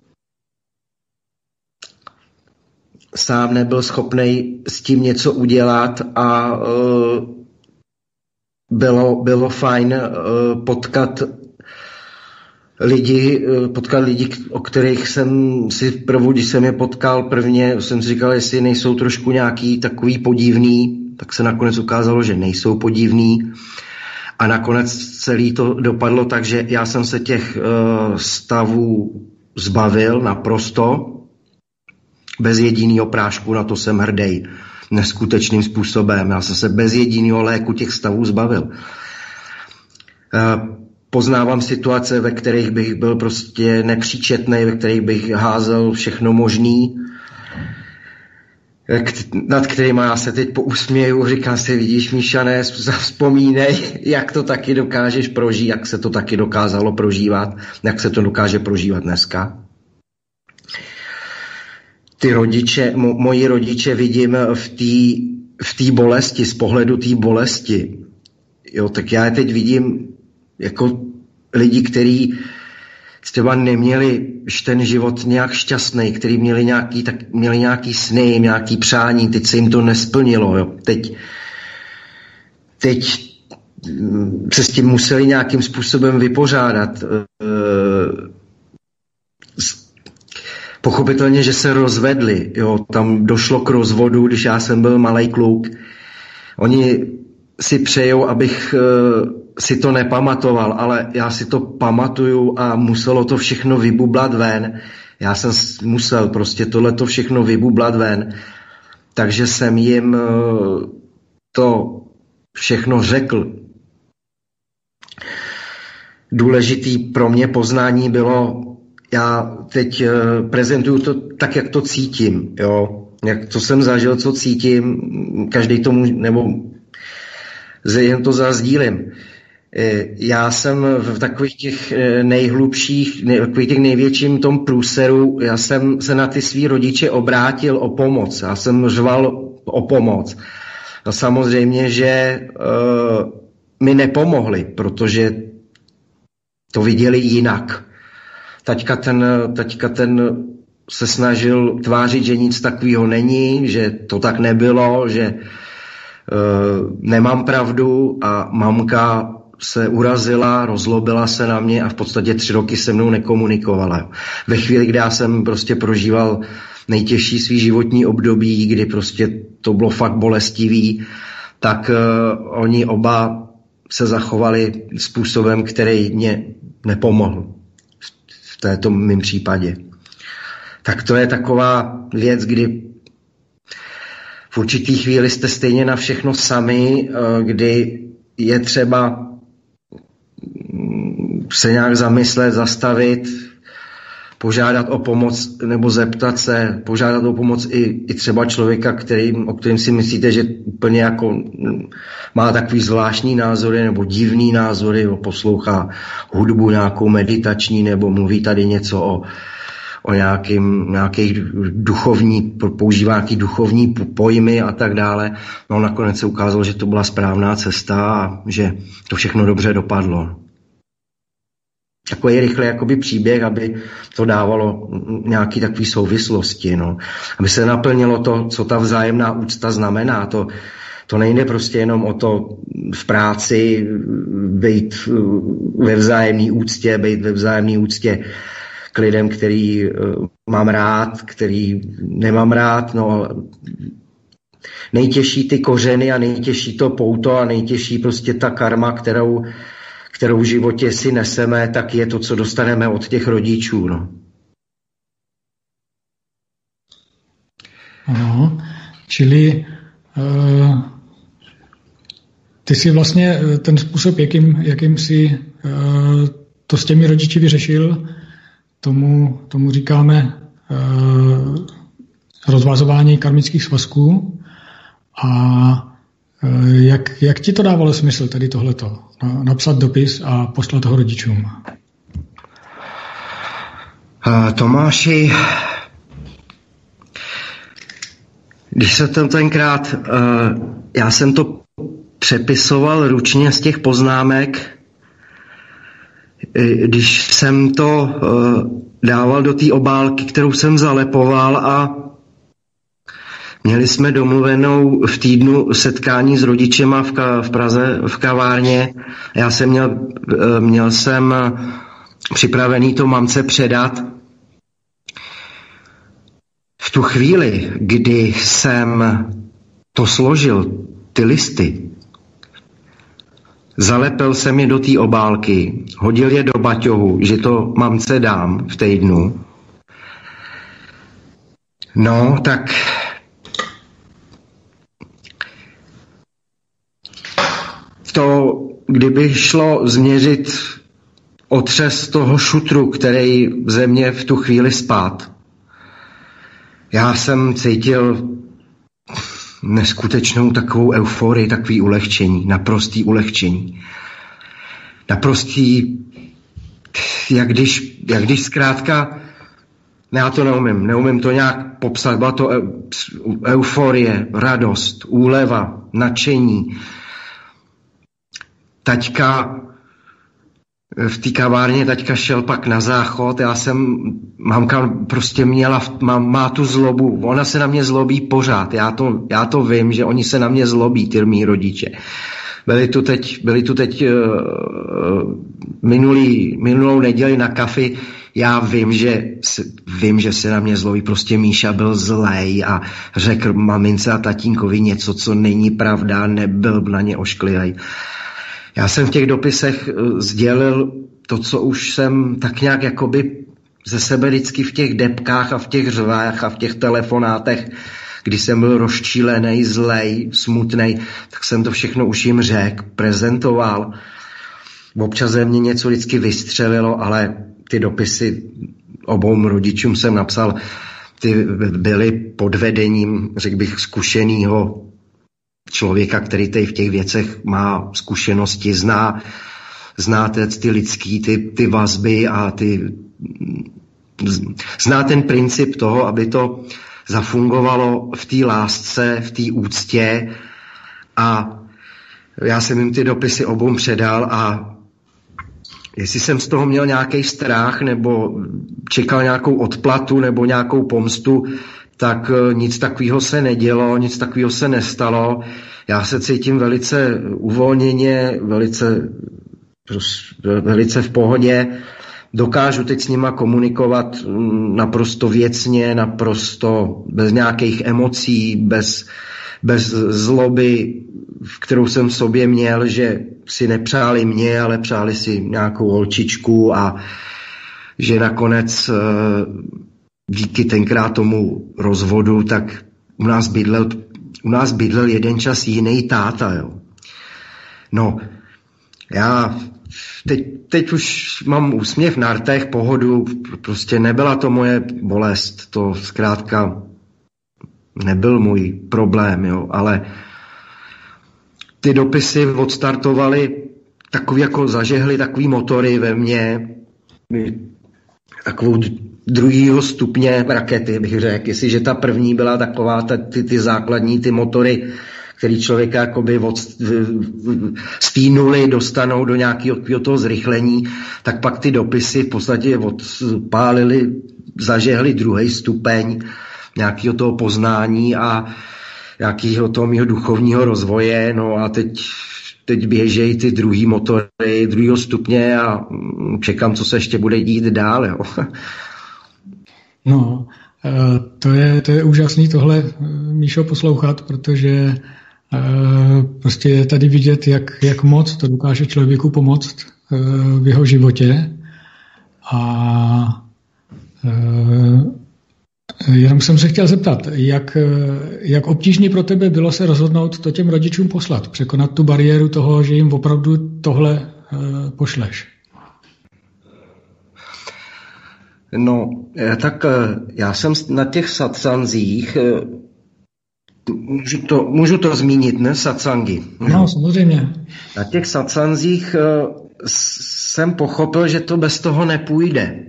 Speaker 3: sám nebyl schopný s tím něco udělat a uh, bylo, bylo fajn uh, potkat lidi, uh, potkat lidi, o kterých jsem si prvou, když jsem je potkal prvně, jsem si říkal, jestli nejsou trošku nějaký takový podivný, tak se nakonec ukázalo, že nejsou podivný. A nakonec celý to dopadlo tak, že já jsem se těch uh, stavů zbavil naprosto, bez jediného prášku, na to jsem hrdý, neskutečným způsobem. Já jsem se bez jediného léku těch stavů zbavil. Uh, poznávám situace, ve kterých bych byl prostě nepříčetný, ve kterých bych házel všechno možný, nad kterými já se teď pousměju, říkám si, vidíš, Míšané, vzpomínej, jak to taky dokážeš prožít, jak se to taky dokázalo prožívat, jak se to dokáže prožívat dneska. Ty rodiče, mo, moji rodiče vidím v té v té bolesti, z pohledu té bolesti. Jo, tak já je teď vidím jako lidi, kteří třeba neměli ten život nějak šťastný, který měli nějaký, tak měli nějaký sny, nějaký přání, teď se jim to nesplnilo. Jo. Teď, teď se s tím museli nějakým způsobem vypořádat. Pochopitelně, že se rozvedli. Jo. Tam došlo k rozvodu, když já jsem byl malej kluk. Oni si přejou, abych si to nepamatoval, ale já si to pamatuju a muselo to všechno vybublat ven. Já jsem musel prostě tohleto všechno vybublat ven, takže jsem jim to všechno řekl. Důležitý pro mě poznání bylo, já teď prezentuju to tak, jak to cítím, jo. Jak to jsem zažil, co cítím, každý tomu, nebo jen to zazdílím. Já jsem v takových těch nejhlubších, takových těch největším tom průseru, já jsem se na ty svý rodiče obrátil o pomoc. Já jsem řval o pomoc. A samozřejmě, že uh, mi nepomohli, protože to viděli jinak. Taťka ten, taťka ten se snažil tvářit, že nic takového není, že to tak nebylo, že uh, nemám pravdu, a mamka se urazila, rozlobila se na mě a v podstatě tři roky se mnou nekomunikovala. Ve chvíli, kdy já jsem prostě prožíval nejtěžší svý životní období, kdy prostě to bylo fakt bolestivý, tak uh, oni oba se zachovali způsobem, který mě nepomohl v této mém případě. Tak to je taková věc, kdy v určitý chvíli jste stejně na všechno sami, uh, kdy je třeba se nějak zamyslet, zastavit, požádat o pomoc nebo zeptat se, požádat o pomoc i, i třeba člověka, který, o kterém si myslíte, že úplně jako má takový zvláštní názory nebo divný názory, poslouchá hudbu nějakou meditační nebo mluví tady něco o, o nějakým, nějakých duchovní, používá nějaký duchovní pojmy a tak dále. No nakonec se ukázalo, že to byla správná cesta a že to všechno dobře dopadlo. Takový rychlý jakoby příběh, aby to dávalo nějaký takový souvislosti, no. Aby se naplnilo to, co ta vzájemná úcta znamená. To, to nejde prostě jenom o to v práci být ve vzájemné úctě, být ve vzájemné úctě k lidem, který mám rád, který nemám rád, no. Nejtěžší ty kořeny a nejtěžší to pouto a nejtěžší prostě ta karma, kterou kterou v životě si neseme, tak je to, co dostaneme od těch rodičů. No.
Speaker 2: Ano, čili uh, ty si vlastně ten způsob, jakým, jakým si uh, to s těmi rodiči vyřešil, tomu, tomu říkáme uh, rozvázování karmických svazků. A Jak, jak ti to dávalo smysl, tady tohleto? Napsat dopis a poslat ho rodičům?
Speaker 3: Uh, Tomáši, když se ten tenkrát, uh, já jsem to přepisoval ručně z těch poznámek, když jsem to dával do té obálky, kterou jsem zalepoval, a měli jsme domluvenou v týdnu setkání s rodičema v, ka, v Praze v kavárně. Já jsem měl, měl jsem připravený to mamce předat. V tu chvíli, kdy jsem to složil, ty listy, zalepil jsem je do té obálky, hodil je do baťohu, že to mamce dám v týdnu. No, tak to, kdyby šlo změřit otřes toho šutru, který ze mě v tu chvíli spát, já jsem cítil neskutečnou takovou euforii, takový ulehčení, naprostý ulehčení. Naprostý, jak když, jak když zkrátka, ne, já to neumím, neumím to nějak popsat, byla to euforie, radost, úleva, nadšení. Taťka v té kavárně, taťka šel pak na záchod, já jsem, mamka prostě měla, má, má tu zlobu, ona se na mě zlobí pořád, já to, já to vím, že oni se na mě zlobí, ty mý rodiče. Byli tu teď, byli tu teď uh, minulý, minulou neděli na kafi, já vím, že, vím, že se na mě zlobí, prostě Míša byl zlej a řekl mamince a tatínkovi něco, co není pravda, nebyl na ně ošklivý. Já jsem v těch dopisech sdělil to, co už jsem tak nějak jakoby ze sebe vždycky v těch depkách a v těch řvách a v těch telefonátech, kdy jsem byl rozčílený, zlej, smutnej, tak jsem to všechno už jim řekl, prezentoval. Občas ze mě něco vždycky vystřelilo, ale ty dopisy obou rodičům jsem napsal, ty byly pod vedením, řekl bych, zkušenýho člověka, který tady v těch věcech má zkušenosti, zná, zná ty lidský, ty, ty vazby a ty, zná ten princip toho, aby to zafungovalo v té lásce, v té úctě, a já jsem jim ty dopisy obou předal, a jestli jsem z toho měl nějaký strach nebo čekal nějakou odplatu nebo nějakou pomstu, tak nic takového se nedělo, nic takového se nestalo. Já se cítím velice uvolněně, velice, velice v pohodě. Dokážu teď s nima komunikovat naprosto věcně, naprosto bez nějakých emocí, bez, bez zloby, kterou jsem v sobě měl, že si nepřáli mě, ale přáli si nějakou holčičku, a že nakonec díky tenkrát tomu rozvodu, tak u nás bydlel, u nás bydlel jeden čas jiný táta, jo. No, já teď, teď už mám úsměv na rtech, pohodu, prostě nebyla to moje bolest, to zkrátka nebyl můj problém, jo, ale ty dopisy odstartovaly takový, jako zažehly takový motory ve mně, takovou druhýho stupně rakety, bych řekl. Jestliže ta první byla taková, ta, ty, ty základní, ty motory, který člověka jakoby od, z té nuly dostanou do nějakého toho zrychlení, tak pak ty dopisy v podstatě odpálily, zažehly druhý stupeň nějakého toho poznání a nějakého toho mého duchovního rozvoje. No a teď, teď běžejí ty druhý motory druhého stupně a čekám, co se ještě bude dít dál. Jo.
Speaker 2: No, to je, to je úžasný tohle, Míšo, poslouchat, protože prostě je tady vidět, jak, jak moc to dokáže člověku pomoct v jeho životě. A jenom jsem se chtěl zeptat, jak, jak obtížný pro tebe bylo se rozhodnout to těm rodičům poslat, překonat tu bariéru toho, že jim opravdu tohle pošleš?
Speaker 3: No, tak já jsem na těch satsanzích, můžu to, můžu to zmínit, ne? Satsangy.
Speaker 2: No, samozřejmě.
Speaker 3: Na těch satsanzích jsem pochopil, že to bez toho nepůjde.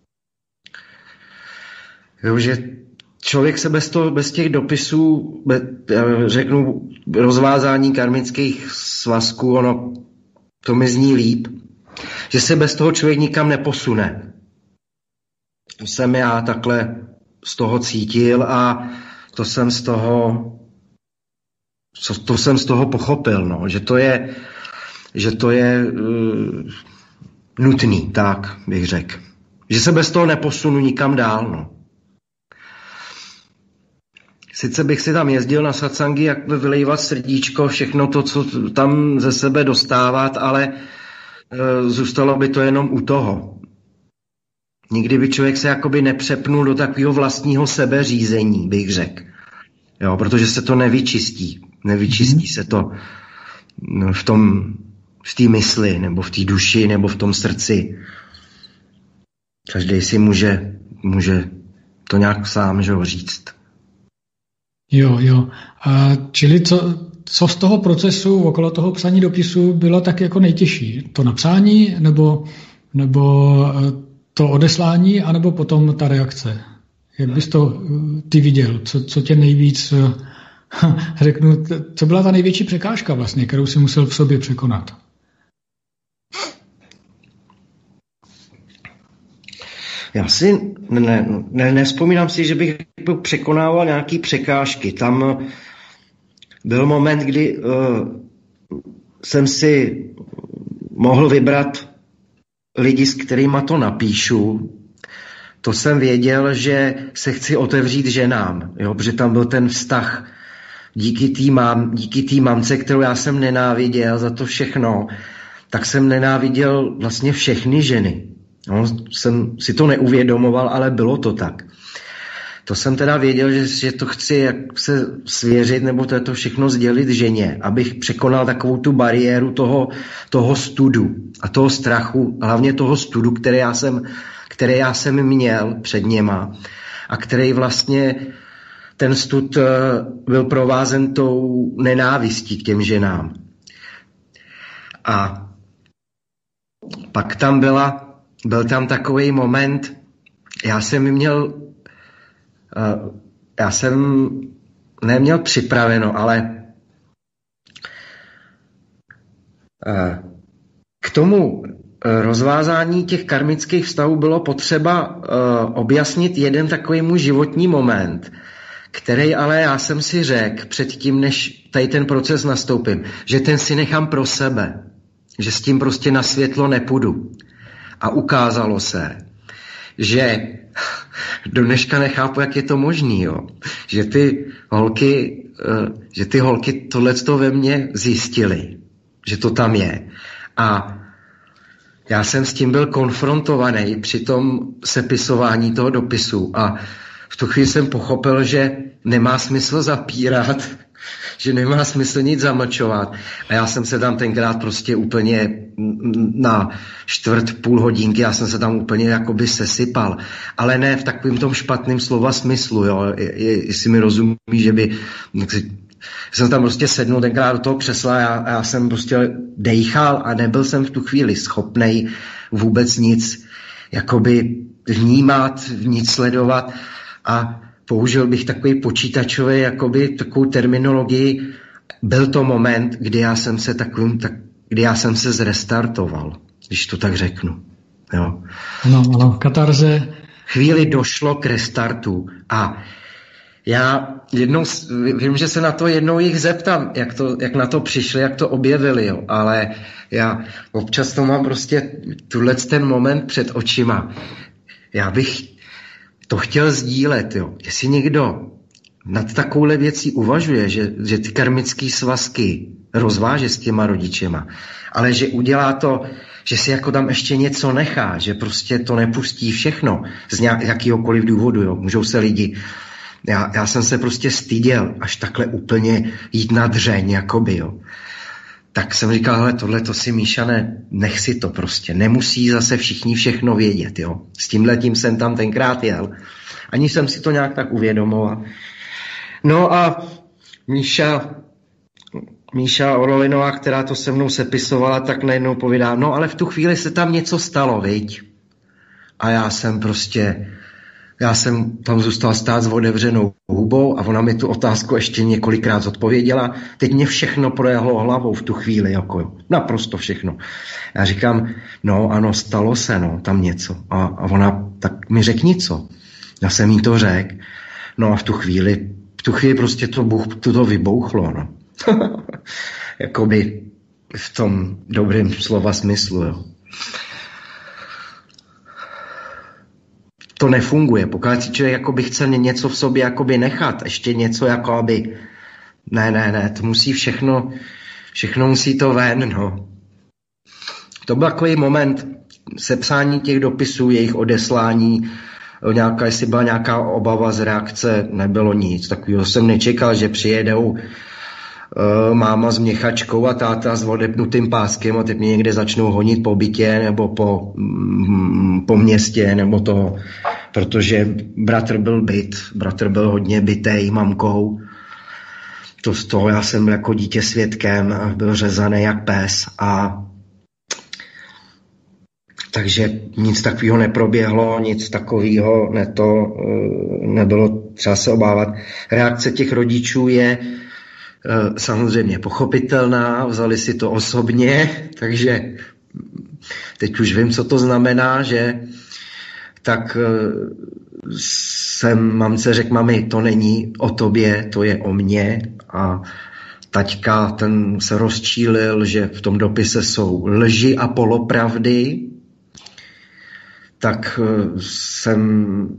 Speaker 3: Jo, že člověk se bez, toho, bez těch dopisů, bez, řeknu, rozvázání karmických svazků, ono to mi zní líp, že se bez toho člověk nikam neposune. To jsem já takhle z toho cítil a to jsem z toho, to jsem z toho pochopil, no, že to je, že to je uh, nutný, tak bych řekl. Že se bez toho neposunu nikam dál, no. Sice bych si tam jezdil na satsangy, jak vylejvat srdíčko, všechno to, co tam ze sebe dostávat, ale uh, zůstalo by to jenom u toho. Nikdy by člověk se jakoby nepřepnul do takového vlastního sebeřízení, bych řekl. Jo, protože se to nevyčistí. Nevyčistí mm-hmm. se to v tom, v té mysli, nebo v té duši, nebo v tom srdci. Každý si může, může to nějak sám, že ho, říct.
Speaker 2: Jo, jo. A čili co, co z toho procesu okolo toho psaní dopisu bylo tak jako nejtěžší? To napsání, nebo, nebo to odeslání, anebo potom ta reakce? Jak bys to ty viděl? Co, co tě nejvíc, řeknu, co byla ta největší překážka vlastně, kterou si musel v sobě překonat?
Speaker 3: Já si ne, ne, nevzpomínám si, že bych překonával nějaké překážky. Tam byl moment, kdy uh, jsem si mohl vybrat lidi, s kterýma to napíšu. To jsem věděl, že se chci otevřít ženám, jo, protože tam byl ten vztah díky té mám, díky té mamce, kterou já jsem nenáviděl za to všechno, tak jsem nenáviděl vlastně všechny ženy. No, jsem si to neuvědomoval, ale bylo to tak. To jsem teda věděl, že, že to chci jak se svěřit, nebo to je to všechno sdělit ženě, abych překonal takovou tu bariéru toho, toho studu a toho strachu, hlavně toho studu, který já jsem, který já jsem měl před něma a který vlastně ten stud byl provázen tou nenávistí k těm ženám. A pak tam byla Byl tam takový moment, já jsem měl, já jsem neměl připraveno, ale k tomu rozvázání těch karmických vztahů bylo potřeba objasnit jeden takový můj životní moment, který ale já jsem si řekl předtím, než tady ten proces nastoupím, že ten si nechám pro sebe, že s tím prostě na světlo nepůjdu. A ukázalo se, že do dneška nechápu, jak je to možný, jo. Že ty holky, že ty holky tohleto ve mně zjistily, že to tam je. A já jsem s tím byl konfrontovaný při tom sepisování toho dopisu a v tu chvíli jsem pochopil, že nemá smysl zapírat, že nemá smysl nic zamlčovat. A já jsem se tam tenkrát prostě úplně na čtvrt, půl hodinky, já jsem se tam úplně jakoby sesypal. Ale ne v takovém tom špatném slova smyslu, jo. Je, je, jestli mi rozumí, že by... Jsem tam prostě sednul tenkrát do toho křesla a já, já jsem prostě dejchal a nebyl jsem v tu chvíli schopnej vůbec nic jakoby vnímat, nic sledovat a použil bych takový počítačový, jakoby takovou terminologii. Byl to moment, kdy já jsem se takovým, tak, kdy já jsem se zrestartoval, když to tak řeknu. Jo.
Speaker 2: Ano, ano, katarze.
Speaker 3: Chvíli došlo k restartu a já jednou, vím, že se na to jednou jich zeptám, jak, to, jak na to přišli, jak to objevili, jo. Ale já občas to mám prostě tuhle ten moment před očima. Já bych to chtěl sdílet, jo. Jestli někdo nad takovouhle věcí uvažuje, že, že ty karmické svazky rozváže s těma rodičema, ale že udělá to, že si jako tam ještě něco nechá, že prostě to nepustí všechno z jakýhokoliv důvodu, jo. Můžou se lidi... Já, já jsem se prostě styděl až takhle úplně jít na dřeň, jakoby, jo. Tak jsem říkal, hele, tohle to si, Míšane, nech si to prostě. Nemusí zase všichni všechno vědět, jo. S tímhletím jsem tam tenkrát jel. Ani jsem si to nějak tak uvědomoval. No a Míša, Míša Orolinová, která to se mnou sepisovala, tak najednou povídá, no ale v tu chvíli se tam něco stalo, viď? A já jsem prostě já jsem tam zůstal stát s otevřenou hubou a ona mi tu otázku ještě několikrát odpověděla. Teď mě všechno projehlo hlavou v tu chvíli, jako naprosto všechno. Já říkám, no ano, stalo se, no, tam něco. A, a ona, tak mi řekni co. Já jsem jí to řekl. No a v tu chvíli, v tu chvíli prostě to, buch, to, to vybouchlo, no. Jakoby v tom dobrém slova smyslu, jo. To nefunguje. Pokud si člověk jakoby chce něco v sobě jakoby nechat, ještě něco jako aby... Ne, ne, ne, to musí všechno, všechno musí to ven, no. To byl takový moment sepsání těch dopisů, jejich odeslání, nějaká, jestli byla nějaká obava z reakce, nebylo nic. Takového jsem nečekal, že přijedou uh, máma s měchačkou a táta s odepnutým páskem a teď mě někde začnou honit po bytě nebo po, mm, po městě nebo to, protože bratr byl byt, bratr byl hodně bytej mamkou. To z toho já jsem jako dítě svědkem, byl řezaný jak pes a takže nic takového neproběhlo, nic takového ne to, nebylo třeba se obávat. Reakce těch rodičů je samozřejmě pochopitelná, vzali si to osobně, takže teď už vím, co to znamená, že tak jsem mamce řekl, mami, to není o tobě, to je o mně a taťka ten se rozčílil, že v tom dopise jsou lži a polopravdy, tak jsem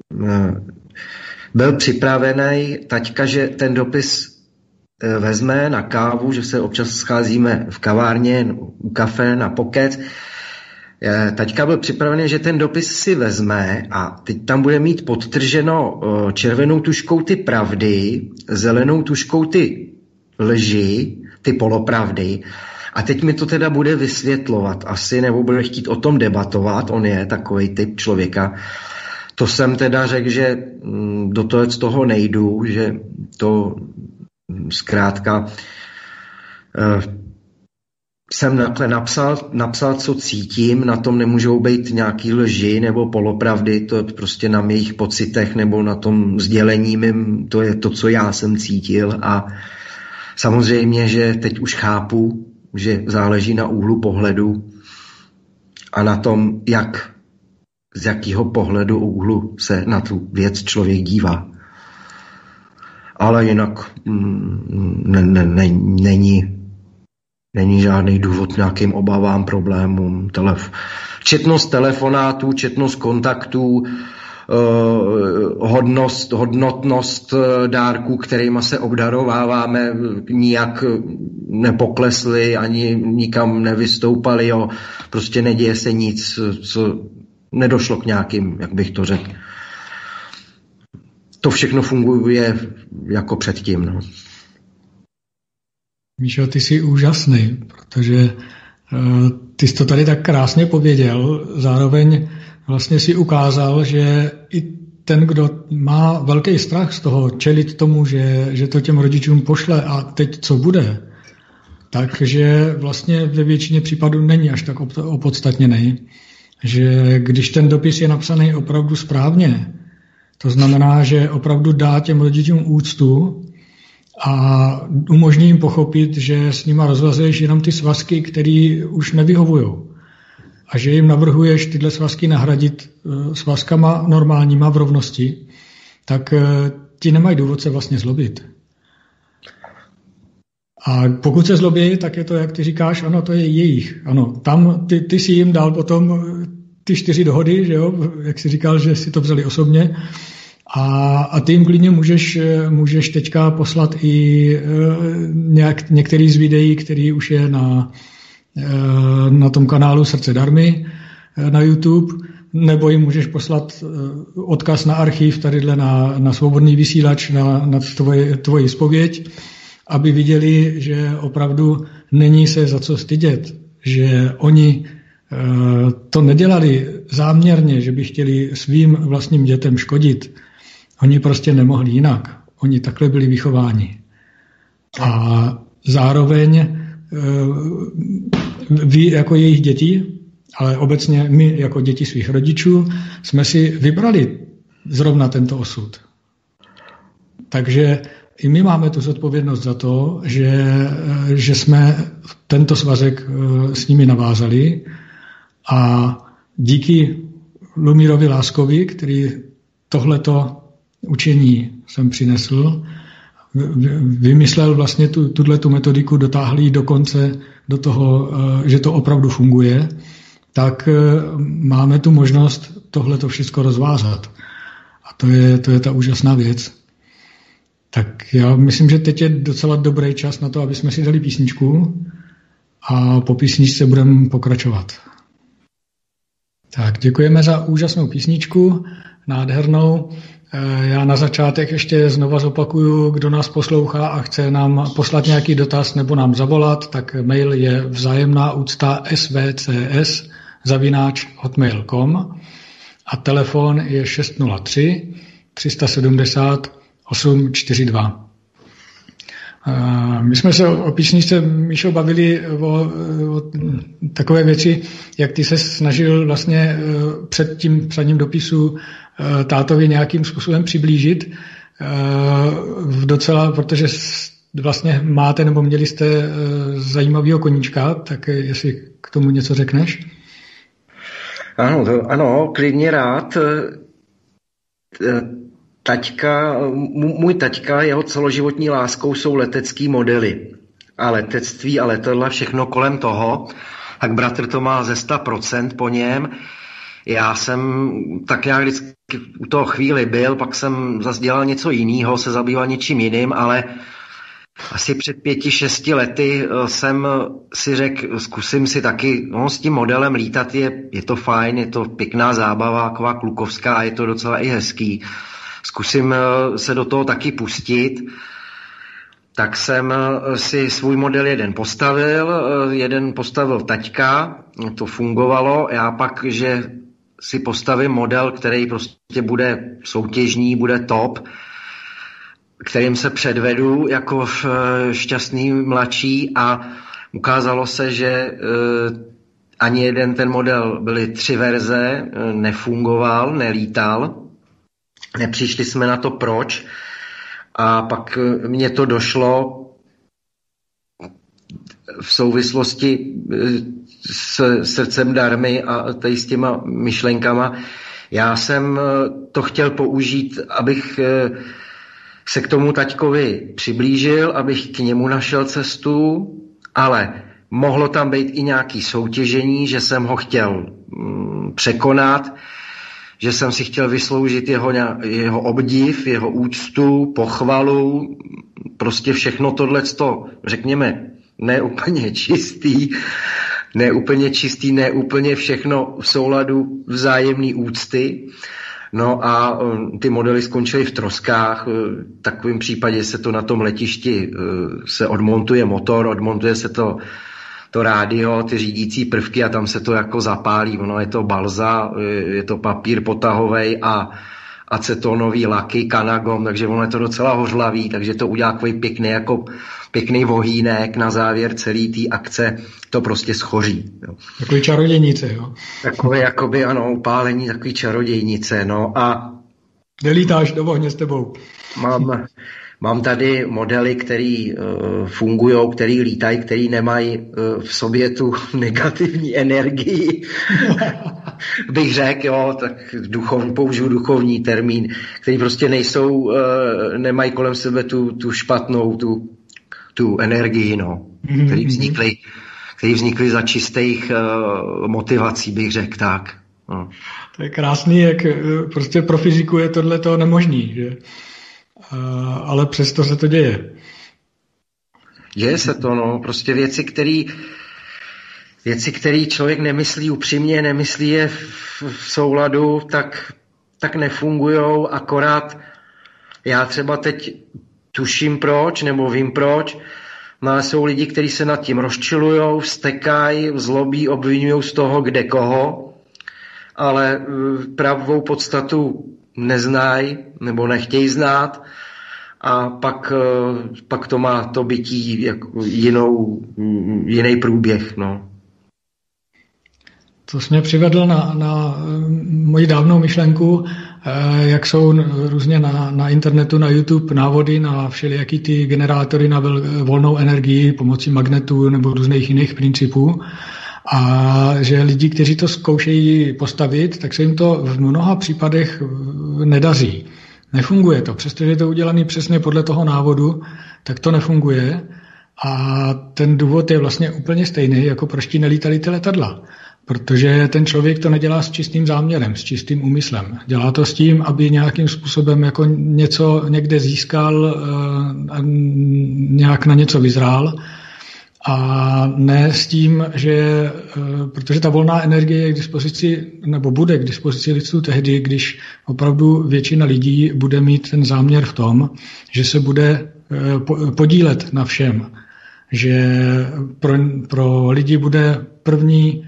Speaker 3: byl připravený, taťka, že ten dopis vezme na kávu, že se občas scházíme v kavárně, u kafe, na pokec. Taťka byl připravený, že ten dopis si vezme a teď tam bude mít podtrženo červenou tuškou ty pravdy, zelenou tuškou ty lži, ty polopravdy. A teď mi to teda bude vysvětlovat asi, nebo bude chtít o tom debatovat, on je takovej typ člověka. To jsem teda řekl, že do toho z toho nejdu, že to zkrátka eh, jsem takhle napsal, napsal, co cítím, na tom nemůžou být nějaký lži nebo polopravdy, to je prostě na mých pocitech nebo na tom sdělení mým, to je to, co já jsem cítil a samozřejmě, že teď už chápu, že záleží na úhlu pohledu a na tom, jak, z jakého pohledu úhlu se na tu věc člověk dívá. Ale jinak mm, ne, ne, ne, není, není žádný důvod nějakým obavám, problémům. Telef- četnost telefonátů, četnost kontaktů, Uh, hodnost, hodnotnost dárků, kterýma se obdarováváme, nijak nepoklesly, ani nikam nevystoupaly, jo. Prostě neděje se nic, co nedošlo k nějakým, jak bych to řekl. To všechno funguje jako předtím, no.
Speaker 2: Míšo, ty jsi úžasný, protože uh, ty jsi to tady tak krásně pověděl, zároveň vlastně si ukázal, že i ten, kdo má velký strach z toho čelit tomu, že, že to těm rodičům pošle a teď co bude, takže vlastně ve většině případů není až tak opodstatněný, že když ten dopis je napsaný opravdu správně, to znamená, že opravdu dá těm rodičům úctu a umožní jim pochopit, že s nima rozvazuješ jenom ty svazky, které už nevyhovujou. A že jim navrhuješ tyhle svazky nahradit svazkama normálníma v rovnosti, tak ti nemají důvod se vlastně zlobit. A pokud se zlobí, tak je to, jak ty říkáš, ano, to je jejich. Ano, tam ty, ty si jim dal potom ty čtyři dohody, že jo, jak jsi říkal, že si to vzali osobně. A, a ty jim klidně můžeš, můžeš teďka poslat i nějak, některý z videí, který už je na... na tom kanálu Srdce darmy na YouTube, nebo jim můžeš poslat odkaz na archiv tadyhle na, na svobodný vysílač, na, na tvoje, tvoji zpověď, aby viděli, že opravdu není se za co stydět, že oni to nedělali záměrně, že by chtěli svým vlastním dětem škodit. Oni prostě nemohli jinak. Oni takhle byli vychováni. A zároveň vy jako jejich děti, ale obecně my jako děti svých rodičů, jsme si vybrali zrovna tento osud. Takže i my máme tu zodpovědnost za to, že, že jsme tento svazek s nimi navázali a díky Lumírovi Láskovi, který tohleto učení jsem přinesl, vymyslel vlastně tu, tuto metodiku, dotáhl ji do konce, do toho, že to opravdu funguje, tak máme tu možnost tohleto všechno rozvázat. A to je, to je ta úžasná věc. Tak já myslím, že teď je docela dobrý čas na to, aby jsme si dali písničku a po písničce budeme pokračovat. Tak děkujeme za úžasnou písničku, nádhernou. Já na začátek ještě znova zopakuju, kdo nás poslouchá a chce nám poslat nějaký dotaz nebo nám zavolat, tak mail je vzájemná úcta svcs zavináč hotmail tečka com a telefon je šest nula tři tři sedmdesát osm čtyřicet dva. My jsme se o písničce, Míšo, bavili o, o takové věci, jak ty se snažil vlastně před tím psaním dopisu tátovi nějakým způsobem přiblížit v docela, protože vlastně máte nebo měli jste zajímavého koníčka, tak jestli k tomu něco řekneš?
Speaker 3: Ano, to, ano, klidně rád. Taťka, můj taťka, jeho celoživotní láskou jsou letecký modely. A letectví a letadla, všechno kolem toho. Tak bratr to má ze sto procent po něm. Já jsem tak nějak vždycky u toho chvíli byl, pak jsem zase dělal něco jiného, se zabýval něčím jiným, ale asi před pěti, šesti lety jsem si řekl, zkusím si taky, no, s tím modelem lítat je, je to fajn, je to pěkná zábava, taková klukovská a je to docela i hezký. Zkusím se do toho taky pustit. Tak jsem si svůj model jeden postavil, jeden postavil taťka, to fungovalo, já pak, že si postavím model, který prostě bude soutěžní, bude top, kterým se předvedu jako šťastný mladší a ukázalo se, že ani jeden ten model, byly tři verze, nefungoval, nelítal. Nepřišli jsme na to proč a pak mně to došlo v souvislosti s srdcem darmy a tady s těma myšlenkama. Já jsem to chtěl použít, abych se k tomu taťkovi přiblížil, abych k němu našel cestu, ale mohlo tam být i nějaké soutěžení, že jsem ho chtěl překonat, že jsem si chtěl vysloužit jeho, jeho obdiv, jeho úctu, pochvalu, prostě všechno tohleto, řekněme, ne úplně čistý, ne úplně čistý, ne úplně všechno v souladu vzájemné úcty. No a ty modely skončily v troskách. V takovém případě se to na tom letišti se odmontuje motor, odmontuje se to to rádio, ty řídící prvky a tam se to jako zapálí. Ono je to balza, je to papír potahovej a acetonový laky, kanagom, takže ono je to docela hořlavý, takže to udělá takový pěkný, jako pěkný vohýnek na závěr celý té akce, to prostě schoří. Jo.
Speaker 2: Takový čarodějnice, jo.
Speaker 3: Takové jakoby, ano, upálení, takový čarodějnice, no a...
Speaker 2: Nelítáš do ohně s tebou.
Speaker 3: Mám... Mám tady modely, které uh, fungují, které lítají, které nemají uh, v sobě tu negativní energii. Bych řekl, jo, tak duchovní, použiju duchovní termín, který prostě nejsou, uh, nemají kolem sebe tu, tu špatnou, tu, tu energii, no, který vznikly, který vznikly za čistých uh, motivací, bych řekl tak. No.
Speaker 2: To je krásný, jak prostě pro fyziku je tohleto nemožný, že? Ale přesto se to děje.
Speaker 3: Děje se to, no. Prostě věci, které věci, který člověk nemyslí upřímně, nemyslí je v, v souladu, tak, tak nefungujou, akorát já třeba teď tuším proč, nebo vím proč, no ale jsou lidi, kteří se nad tím rozčilujou, vztekají, zlobí, obvinují z toho kde koho, ale pravou podstatu neznají nebo nechtějí znát a pak, pak to má to bytí jako jinou, jiný průběh. No.
Speaker 2: To jsi mě přivedl na, na moji dávnou myšlenku jak jsou různě na, na internetu, na YouTube návody na všelijaký ty generátory na volnou energii pomocí magnetu nebo různých jiných principů. A že lidi, kteří to zkoušejí postavit, tak se jim to v mnoha případech nedaří. Nefunguje to. Přestože je to udělané přesně podle toho návodu, tak to nefunguje. A ten důvod je vlastně úplně stejný, jako proč ti nelítaly ty letadla. Protože ten člověk to nedělá s čistým záměrem, s čistým úmyslem. Dělá to s tím, aby nějakým způsobem jako něco někde získal, nějak na něco vyzrál. A ne s tím, že, protože ta volná energie je k dispozici, nebo bude k dispozici lidstvu tehdy, když opravdu většina lidí bude mít ten záměr v tom, že se bude podílet na všem. Že pro, pro lidi bude první,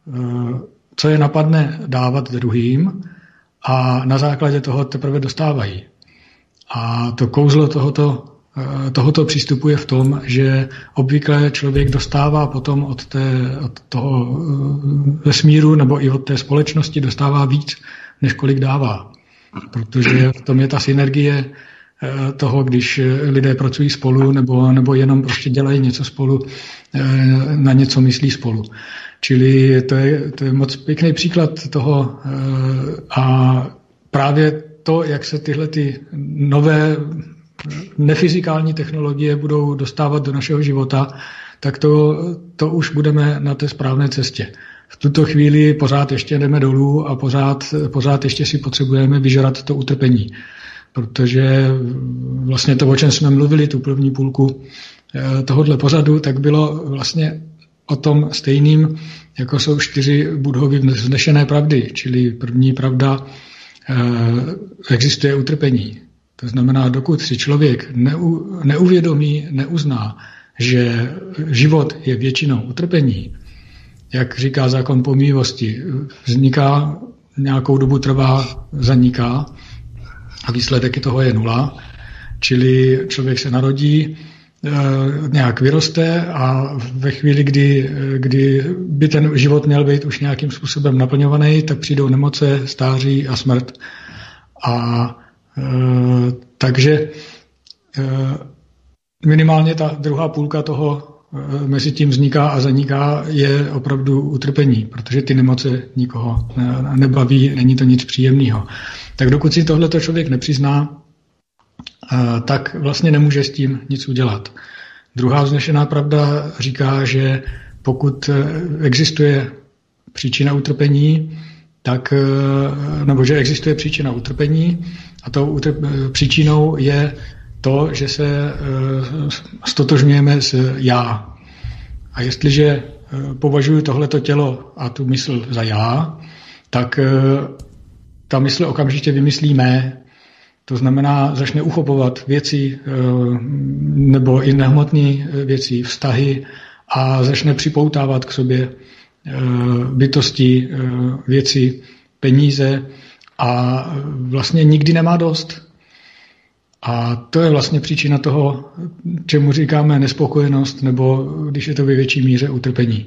Speaker 2: co je napadne, dávat druhým a na základě toho teprve dostávají. A to kouzlo tohoto tohoto přístupu je v tom, že obvykle člověk dostává potom od, té, od toho vesmíru nebo i od té společnosti dostává víc, než kolik dává. Protože v tom je ta synergie toho, když lidé pracují spolu nebo, nebo jenom prostě dělají něco spolu, na něco myslí spolu. Čili to je, to je moc pěkný příklad toho a právě to, jak se tyhle ty nové nefyzikální technologie budou dostávat do našeho života, tak to, to už budeme na té správné cestě. V tuto chvíli pořád ještě jdeme dolů a pořád, pořád ještě si potřebujeme vyžrat to utrpení. Protože vlastně to, o čem jsme mluvili, tu první půlku tohohle pořadu, tak bylo vlastně o tom stejným, jako jsou čtyři Buddhovy vznešené pravdy. Čili první pravda, existuje utrpení. To znamená, dokud si člověk neu, neuvědomí, neuzná, že život je většinou utrpení, jak říká zákon pomíjivosti, vzniká, nějakou dobu trvá, zaniká a výsledek toho je nula, čili člověk se narodí, nějak vyroste a ve chvíli, kdy, kdy by ten život měl být už nějakým způsobem naplňovaný, tak přijdou nemoce, stáří a smrt. A Uh, takže uh, minimálně ta druhá půlka toho uh, mezi tím vzniká a zaniká je opravdu utrpení, protože ty nemoce nikoho ne, nebaví, není to nic příjemného. Tak dokud si tohleto člověk nepřizná, uh, tak vlastně nemůže s tím nic udělat. Druhá vznešená pravda říká, že pokud existuje příčina utrpení, tak, nebo že existuje příčina utrpení a tou utrp- příčinou je to, že se stotožňujeme s já. A jestliže považuji tohleto tělo a tu mysl za já, tak ta mysl okamžitě vymyslí mé. To znamená, začne uchopovat věci nebo i nehmotné věci, vztahy a začne připoutávat k sobě bytosti, věci, peníze a vlastně nikdy nemá dost. A to je vlastně příčina toho, čemu říkáme nespokojenost, nebo když je to ve větší míře utrpení.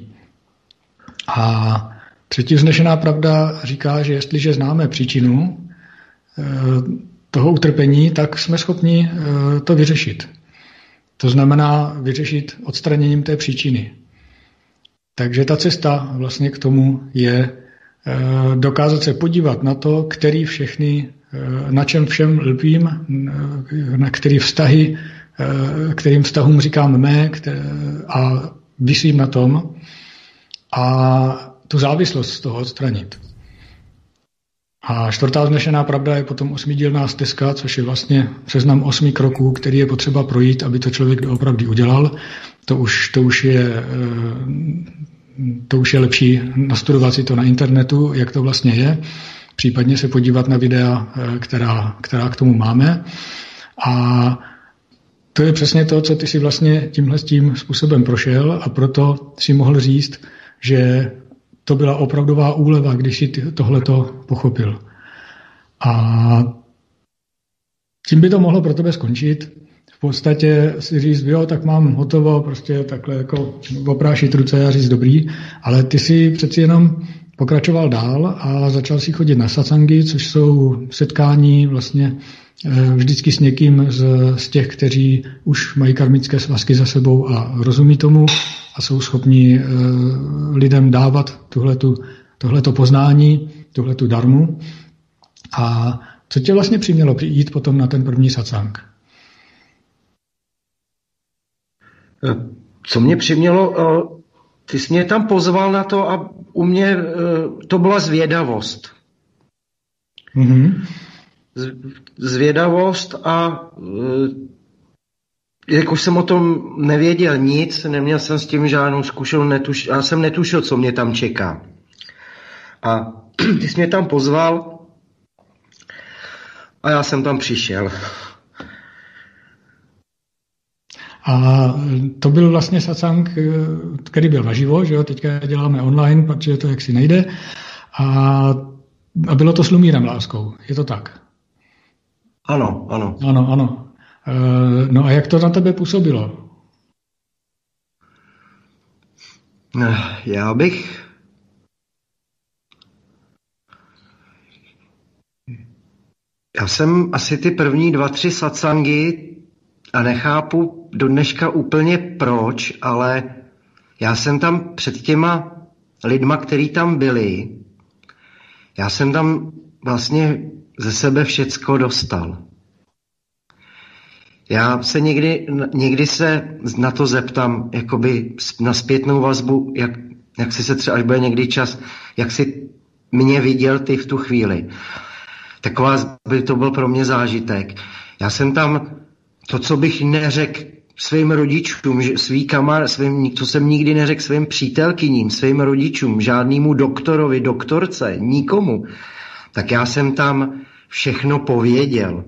Speaker 2: A třetí vznešená pravda říká, že jestliže známe příčinu toho utrpení, tak jsme schopni to vyřešit. To znamená vyřešit odstraněním té příčiny. Takže ta cesta vlastně k tomu je dokázat se podívat na to, který všechny, na čem všem lpím, na který vztahy, kterým vztahům říkám mé a visím na tom a tu závislost z toho odstranit. A čtvrtá vznešená pravda je potom osmidílná stezka, což je vlastně seznam osmi kroků, který je potřeba projít, aby to člověk doopravdy udělal. To už, to už je... To už je lepší nastudovat si to na internetu, jak to vlastně je, případně se podívat na videa, která, která k tomu máme. A to je přesně to, co ty si vlastně tímhle tím způsobem prošel a proto si mohl říct, že to byla opravdová úleva, když si tohleto pochopil. A tím by to mohlo pro tebe skončit. V podstatě si říct, jo, tak mám hotovo, prostě takhle jako oprášit ruce a říct dobrý, ale ty si přeci jenom pokračoval dál a začal si chodit na satsangy, což jsou setkání vlastně vždycky s někým z, z těch, kteří už mají karmické svazky za sebou a rozumí tomu a jsou schopni uh, lidem dávat tuhletu, tohleto poznání, tuhletu darmu. A co tě vlastně přimělo jít potom na ten první satsang?
Speaker 3: Co mě přimělo? Ty jsi mě tam pozval na to a u mě to byla zvědavost.
Speaker 2: Mm-hmm.
Speaker 3: Zvědavost a jak už jsem o tom nevěděl nic, neměl jsem s tím žádnou zkušenost, netuš, já jsem netušil, co mě tam čeká. A ty jsi mě tam pozval a já jsem tam přišel.
Speaker 2: A to byl vlastně satsang, který byl naživo, že jo, teďka děláme online, protože to jaksi nejde. A, a bylo to s Lumírem Láskou, je to tak?
Speaker 3: Ano, ano.
Speaker 2: Ano, ano. E, no a jak to na tebe působilo?
Speaker 3: Já bych... Já jsem asi ty první dva, tři satsangy a nechápu do dneška úplně proč, ale já jsem tam před těma lidma, který tam byli, já jsem tam vlastně ze sebe všecko dostal. Já se někdy, někdy se na to zeptám, jakoby na zpětnou vazbu, jak, jak si se třeba, až bude někdy čas, jak si mě viděl ty v tu chvíli. Taková by to byl pro mě zážitek. Já jsem tam to, co bych neřekl svým rodičům, svý kamar, svým, to jsem nikdy neřekl svým přítelkyním, svým rodičům, žádnému doktorovi, doktorce, nikomu, tak já jsem tam všechno pověděl.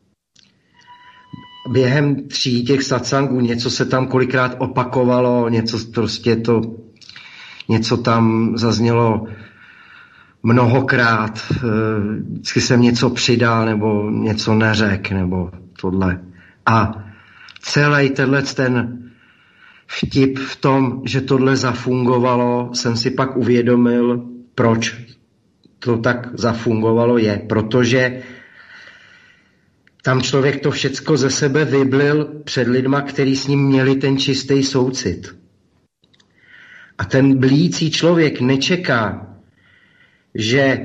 Speaker 3: Během tří těch satsangů něco se tam kolikrát opakovalo, něco prostě to, něco tam zaznělo mnohokrát, vždycky jsem něco přidal nebo něco neřekl, nebo tohle. A celý tenhle ten vtip v tom, že tohle zafungovalo, jsem si pak uvědomil, proč to tak zafungovalo je. Protože tam člověk to všecko ze sebe vyblil před lidma, kteří s ním měli ten čistý soucit. A ten blící člověk nečeká, že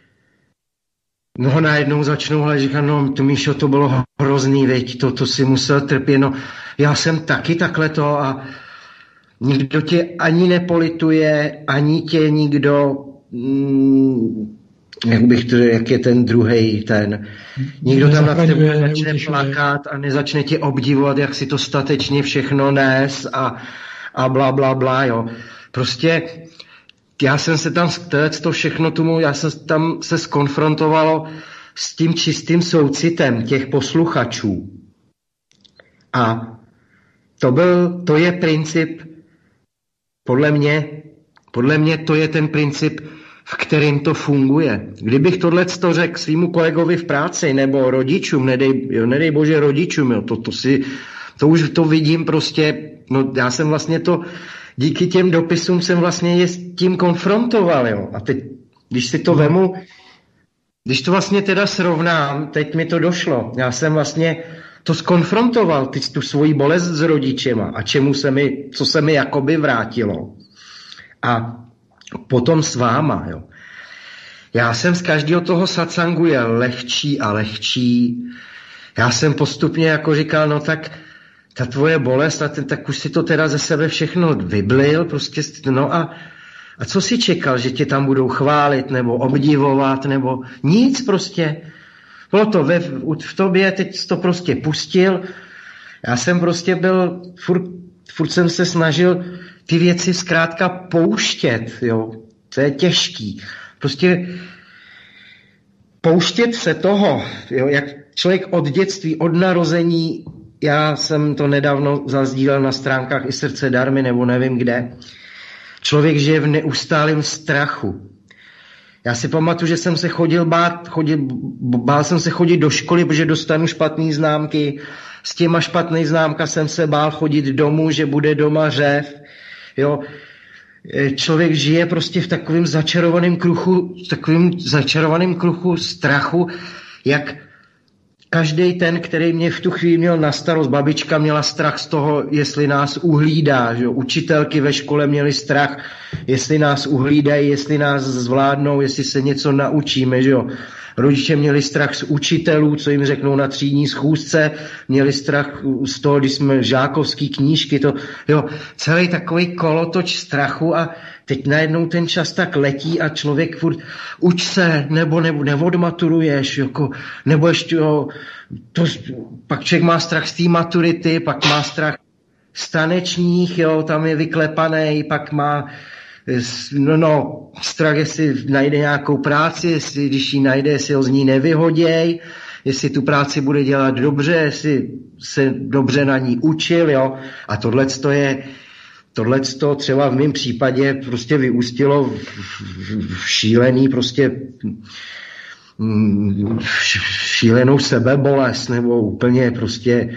Speaker 3: no najednou začnou ale říkat, no to Míšo, to bylo hrozný, veď, to, to si musel trpět, no já jsem taky takhle to a nikdo tě ani nepolituje, ani tě nikdo, mm, jak bych to, jak je ten druhej, ten, nikdo tam na tebe začne plakat a nezačne tě obdivovat, jak si to statečně všechno nes a, a bla, bla, bla, jo. Prostě já jsem se tam, to všechno tomu, já jsem tam se skonfrontovalo s tím čistým soucitem těch posluchačů. A to byl, to je princip, podle mě, podle mě to je ten princip, v kterým to funguje. Kdybych tohleto řekl svýmu kolegovi v práci, nebo rodičům, nedej, jo, nedej bože rodičům, jo, to, to si, to už to vidím prostě, no já jsem vlastně to, díky těm dopisům jsem vlastně je s tím konfrontoval, jo. A teď, když si to vemu, když to vlastně teda srovnám, teď mi to došlo. Já jsem vlastně to skonfrontoval, ty, tu svoji bolest s rodičema a čemu se mi, co se mi jakoby vrátilo. A potom s váma, jo. Já jsem z každého toho satsangu jel lehčí a lehčí. Já jsem postupně jako říkal, no tak ta tvoje bolest, a ten, tak už si to teda ze sebe všechno vyblil, prostě, no a, a co si čekal, že tě tam budou chválit, nebo obdivovat, nebo nic prostě. Bylo to ve, v tobě, teď jsi to prostě pustil. Já jsem prostě byl, furt, furt jsem se snažil ty věci zkrátka pouštět, jo. To je těžký. Prostě pouštět se toho, jo, jak člověk od dětství, od narození, já jsem to nedávno zazdílel na stránkách i Srdce Darmy, nebo nevím kde. Člověk žije v neustálém strachu. Já si pamatuju, že jsem se chodil bát, chodil, bál jsem se chodit do školy, protože dostanu špatný známky. S těma špatný známka jsem se bál chodit domů, že bude doma řev. Jo. člověk žije prostě v takovém začarovaném kruhu, v takovém začarovaném kruhu strachu, jak každý ten, který mě v tu chvíli měl na starost, babička měla strach z toho, jestli nás uhlídá, že jo? Učitelky ve škole měly strach, jestli nás uhlídají, jestli nás zvládnou, jestli se něco naučíme, že jo? Rodiče měli strach z učitelů, co jim řeknou na třídní schůzce, měli strach z toho, když jsme žákovský knížky, to, jo, celý takový kolotoč strachu a teď najednou ten čas tak letí a člověk furt uč se, nebo, nebo neodmaturuješ, jako, nebo ještě, jo, to, pak člověk má strach z té maturity, pak má strach z tanečních, jo, tam je vyklepanej, pak má No, no, strach, jestli najde nějakou práci, jestli když ji najde, jestli ho z ní nevyhoděj, jestli tu práci bude dělat dobře, jestli se dobře na ní učil, jo. A tohleto je, tohleto třeba v mém případě prostě vyústilo v, v, v šílený prostě v šílenou sebebolest, nebo úplně prostě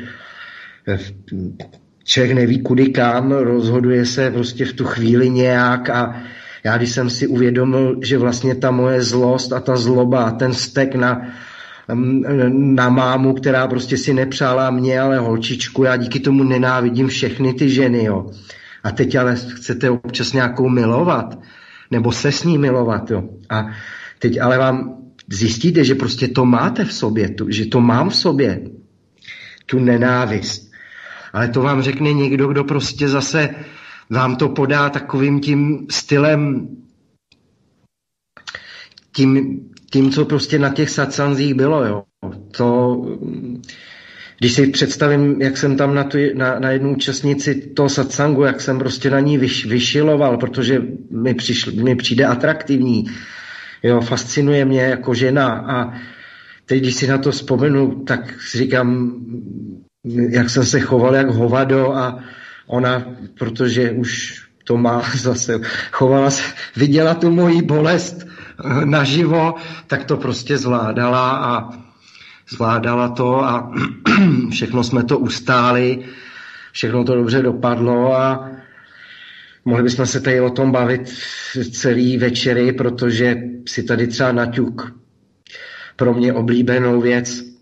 Speaker 3: člověk neví kudy kam, rozhoduje se prostě v tu chvíli nějak a já když jsem si uvědomil, že vlastně ta moje zlost a ta zloba a ten vztek na, na mámu, která prostě si nepřála mě, ale holčičku, já díky tomu nenávidím všechny ty ženy, jo. A teď ale chcete občas nějakou milovat, nebo se s ní milovat, jo. A teď ale vám zjistíte, že prostě to máte v sobě, tu, že to mám v sobě, tu nenávist. Ale to vám řekne někdo, kdo prostě zase vám to podá takovým tím stylem, tím, tím co prostě na těch satsanzích bylo, jo. To, když si představím, jak jsem tam na, tu, na, na jednu účastnici toho satsangu, jak jsem prostě na ní vyš, vyšiloval, protože mi, přišl, mi přijde atraktivní, jo, fascinuje mě jako žena a teď, když si na to vzpomenu, tak si říkám, jak jsem se choval jak hovado a ona, protože už to má zase, chovala se, viděla tu moji bolest naživo, tak to prostě zvládala a zvládala to a všechno jsme to ustáli, všechno to dobře dopadlo a mohli bychom se tady o tom bavit celý večery, protože si tady třeba naťuk pro mě oblíbenou věc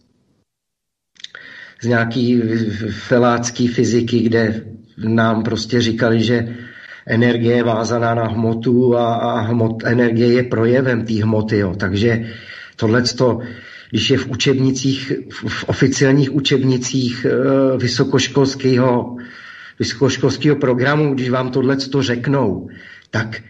Speaker 3: z nějaký felácký fyziky, kde nám prostě říkali, že energie je vázaná na hmotu a, a hmot, energie je projevem té hmoty. Jo. Takže tohleto, když je v učebnicích, v oficiálních učebnicích uh, vysokoškolského, vysokoškolského programu, když vám tohleto řeknou, tak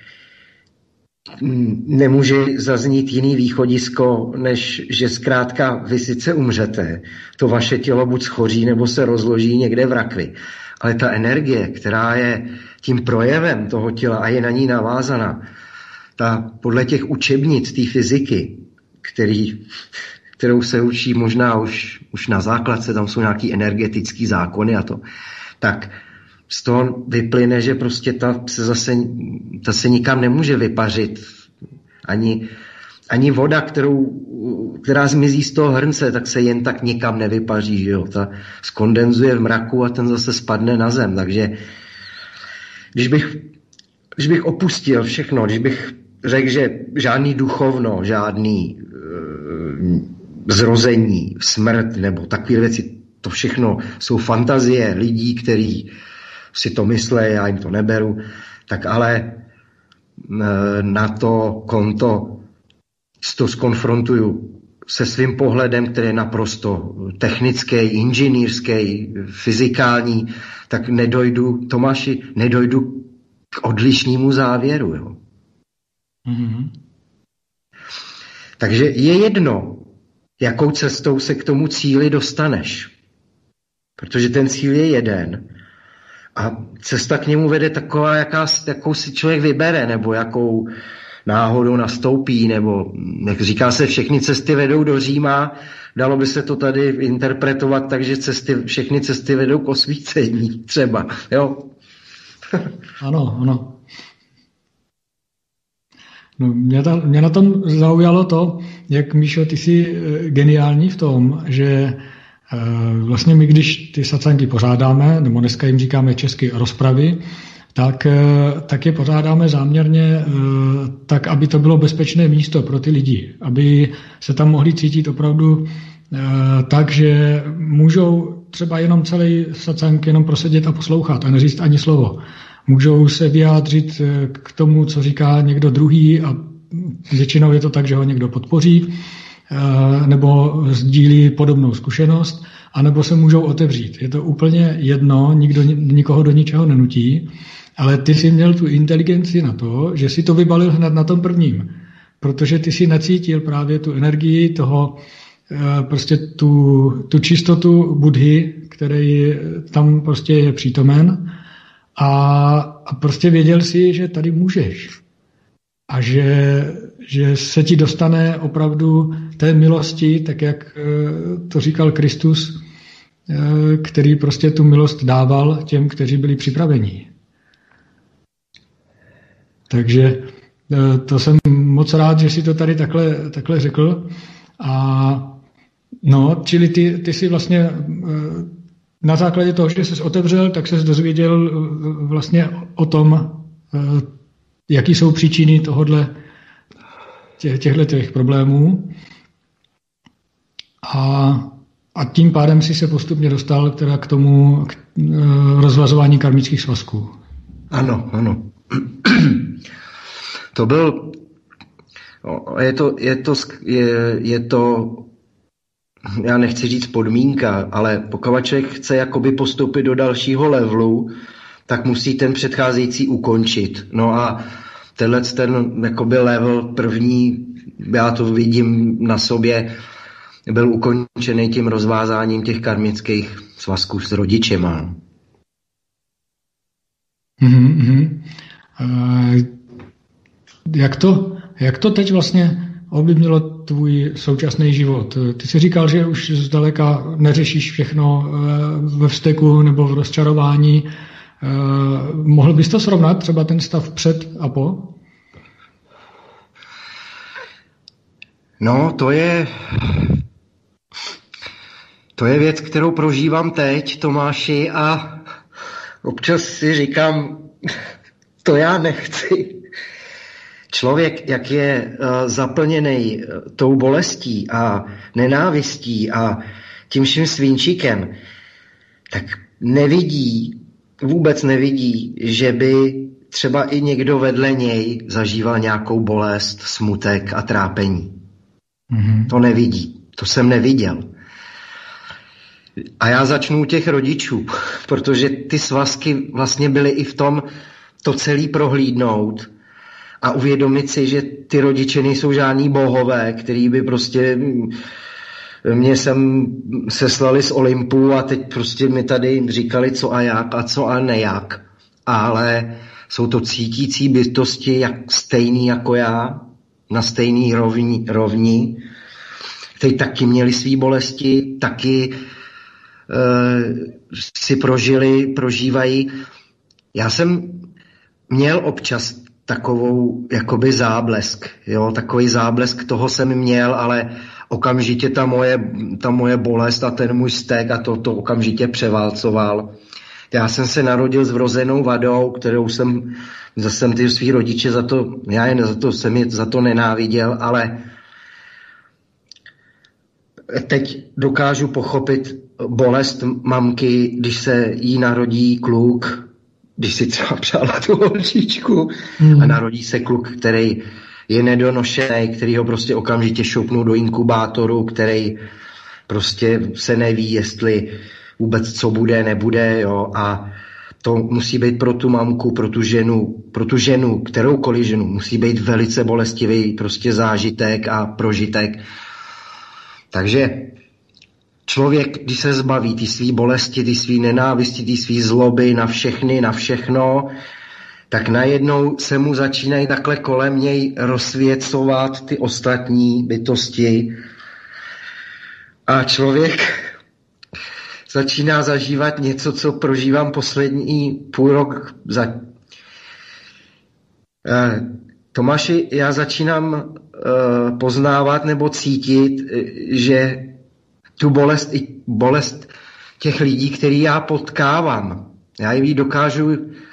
Speaker 3: nemůže zaznít jiný východisko, než že zkrátka vy sice umřete, to vaše tělo buď schoří, nebo se rozloží někde v rakvi. Ale ta energie, která je tím projevem toho těla a je na ní navázaná, ta podle těch učebnic té fyziky, který, kterou se učí možná už, už na základce, tam jsou nějaký energetický zákony a to, tak z toho vyplyne, že prostě ta se zase ta se nikam nemůže vypařit. Ani, ani voda, kterou, která zmizí z toho hrnce, tak se jen tak nikam nevypaří. Že jo? Ta skondenzuje v mraku a ten zase spadne na zem. Takže když bych, když bych opustil všechno, když bych řekl, že žádný duchovno, žádný e, zrození, smrt nebo takové věci, to všechno jsou fantazie lidí, kteří si to myslí, já jim to neberu, tak ale na to konto to skonfrontuju se svým pohledem, který je naprosto technický, inženýrský, fyzikální, tak nedojdu, Tomáši, nedojdu k odlišnému závěru. Jo. Mm-hmm. Takže je jedno, jakou cestou se k tomu cíli dostaneš. Protože ten cíl je jeden. A cesta k němu vede taková, jaká, jakou si člověk vybere, nebo jakou náhodou nastoupí, nebo jak říká se, všechny cesty vedou do Říma, dalo by se to tady interpretovat tak, že cesty, všechny cesty vedou k osvícení třeba, jo?
Speaker 2: Ano, ano. No, mě, ta, mě na tom zaujalo to, jak, Míšo, ty jsi geniální v tom, že vlastně my, když ty satsangy pořádáme, nebo dneska jim říkáme česky rozpravy, tak, tak je pořádáme záměrně tak, aby to bylo bezpečné místo pro ty lidi, aby se tam mohli cítit opravdu tak, že můžou třeba jenom celý satsang jenom prosedět a poslouchat a neříct ani slovo. Můžou se vyjádřit k tomu, co říká někdo druhý a většinou je to tak, že ho někdo podpoří nebo sdílí podobnou zkušenost, anebo se můžou otevřít. Je to úplně jedno, nikdo nikoho do ničeho nenutí, ale ty jsi měl tu inteligenci na to, že si to vybalil hned na tom prvním, protože ty si nacítil právě tu energii toho, prostě tu, tu čistotu Budhy, který tam prostě je přítomen a, a prostě věděl si, že tady můžeš a že, že se ti dostane opravdu té milosti, tak jak to říkal Kristus, který prostě tu milost dával těm, kteří byli připraveni. Takže to jsem moc rád, že si to tady takhle, takhle řekl. A no, čili ty, ty si vlastně na základě toho, že jsi otevřel, tak jsi dozvěděl vlastně o tom, jaký jsou příčiny tohodle, tě, těchto těch problémů. A, a tím pádem si se postupně dostal teda k tomu k rozvazování karmických svazků.
Speaker 3: Ano, ano. To byl, je to, je to, je, je to, já nechci říct podmínka, ale pokud člověk chce jakoby postoupit do dalšího levelu, tak musí ten předcházející ukončit. No a tenhle ten jakoby level první, já to vidím na sobě, byl ukončený tím rozvázáním těch karmických svazků s rodičema.
Speaker 2: Mm-hmm. Uh, jak to, jak to teď vlastně ovlivnilo tvůj současný život? Ty jsi říkal, že už zdaleka neřešíš všechno uh, ve vzteku nebo v rozčarování. Uh, mohl bys to srovnat, třeba ten stav před a po?
Speaker 3: No, to je... To je věc, kterou prožívám teď, Tomáši, a občas si říkám, to já nechci. Člověk, jak je uh, zaplněný uh, tou bolestí a nenávistí a tím vším svinčíkem, tak nevidí, vůbec nevidí, že by třeba i někdo vedle něj zažíval nějakou bolest, smutek a trápení. Mm-hmm. To nevidí, to jsem neviděl. A já začnu u těch rodičů, protože ty svazky vlastně byly i v tom to celý prohlídnout a uvědomit si, že ty rodiče nejsou žádní bohové, který by prostě mě sem seslali z Olympu a teď prostě mi tady říkali co a jak a co a nejak. Ale jsou to cítící bytosti jak stejný jako já, na stejný rovni, rovni, kteří taky měli svý bolesti, taky si prožili, prožívají. Já jsem měl občas takovou jakoby záblesk, jo, takový záblesk toho jsem měl, ale okamžitě ta moje, ta moje bolest a ten můj vztek a to, to okamžitě převálcoval. Já jsem se narodil s vrozenou vadou, kterou jsem, zase jsem ty svý rodiče za to, já jen za to jsem je za to nenáviděl, ale teď dokážu pochopit bolest mamky, když se jí narodí kluk, když si třeba přála tu holčičku mm. a narodí se kluk, který je nedonošený, který ho prostě okamžitě šoupnou do inkubátoru, který prostě se neví, jestli vůbec co bude, nebude, jo, a to musí být pro tu mamku, pro tu ženu, pro tu ženu, kteroukoliv ženu, musí být velice bolestivý prostě zážitek a prožitek. Takže člověk, když se zbaví ty svý bolesti, ty svý nenávisti, ty svý zloby na všechny, na všechno, tak najednou se mu začínají takhle kolem něj rozsvěcovat ty ostatní bytosti a člověk začíná zažívat něco, co prožívám poslední půl rok. Za... Tomáši, já začínám uh, poznávat nebo cítit, že tu bolest, i bolest těch lidí, který já potkávám, já ji dokážu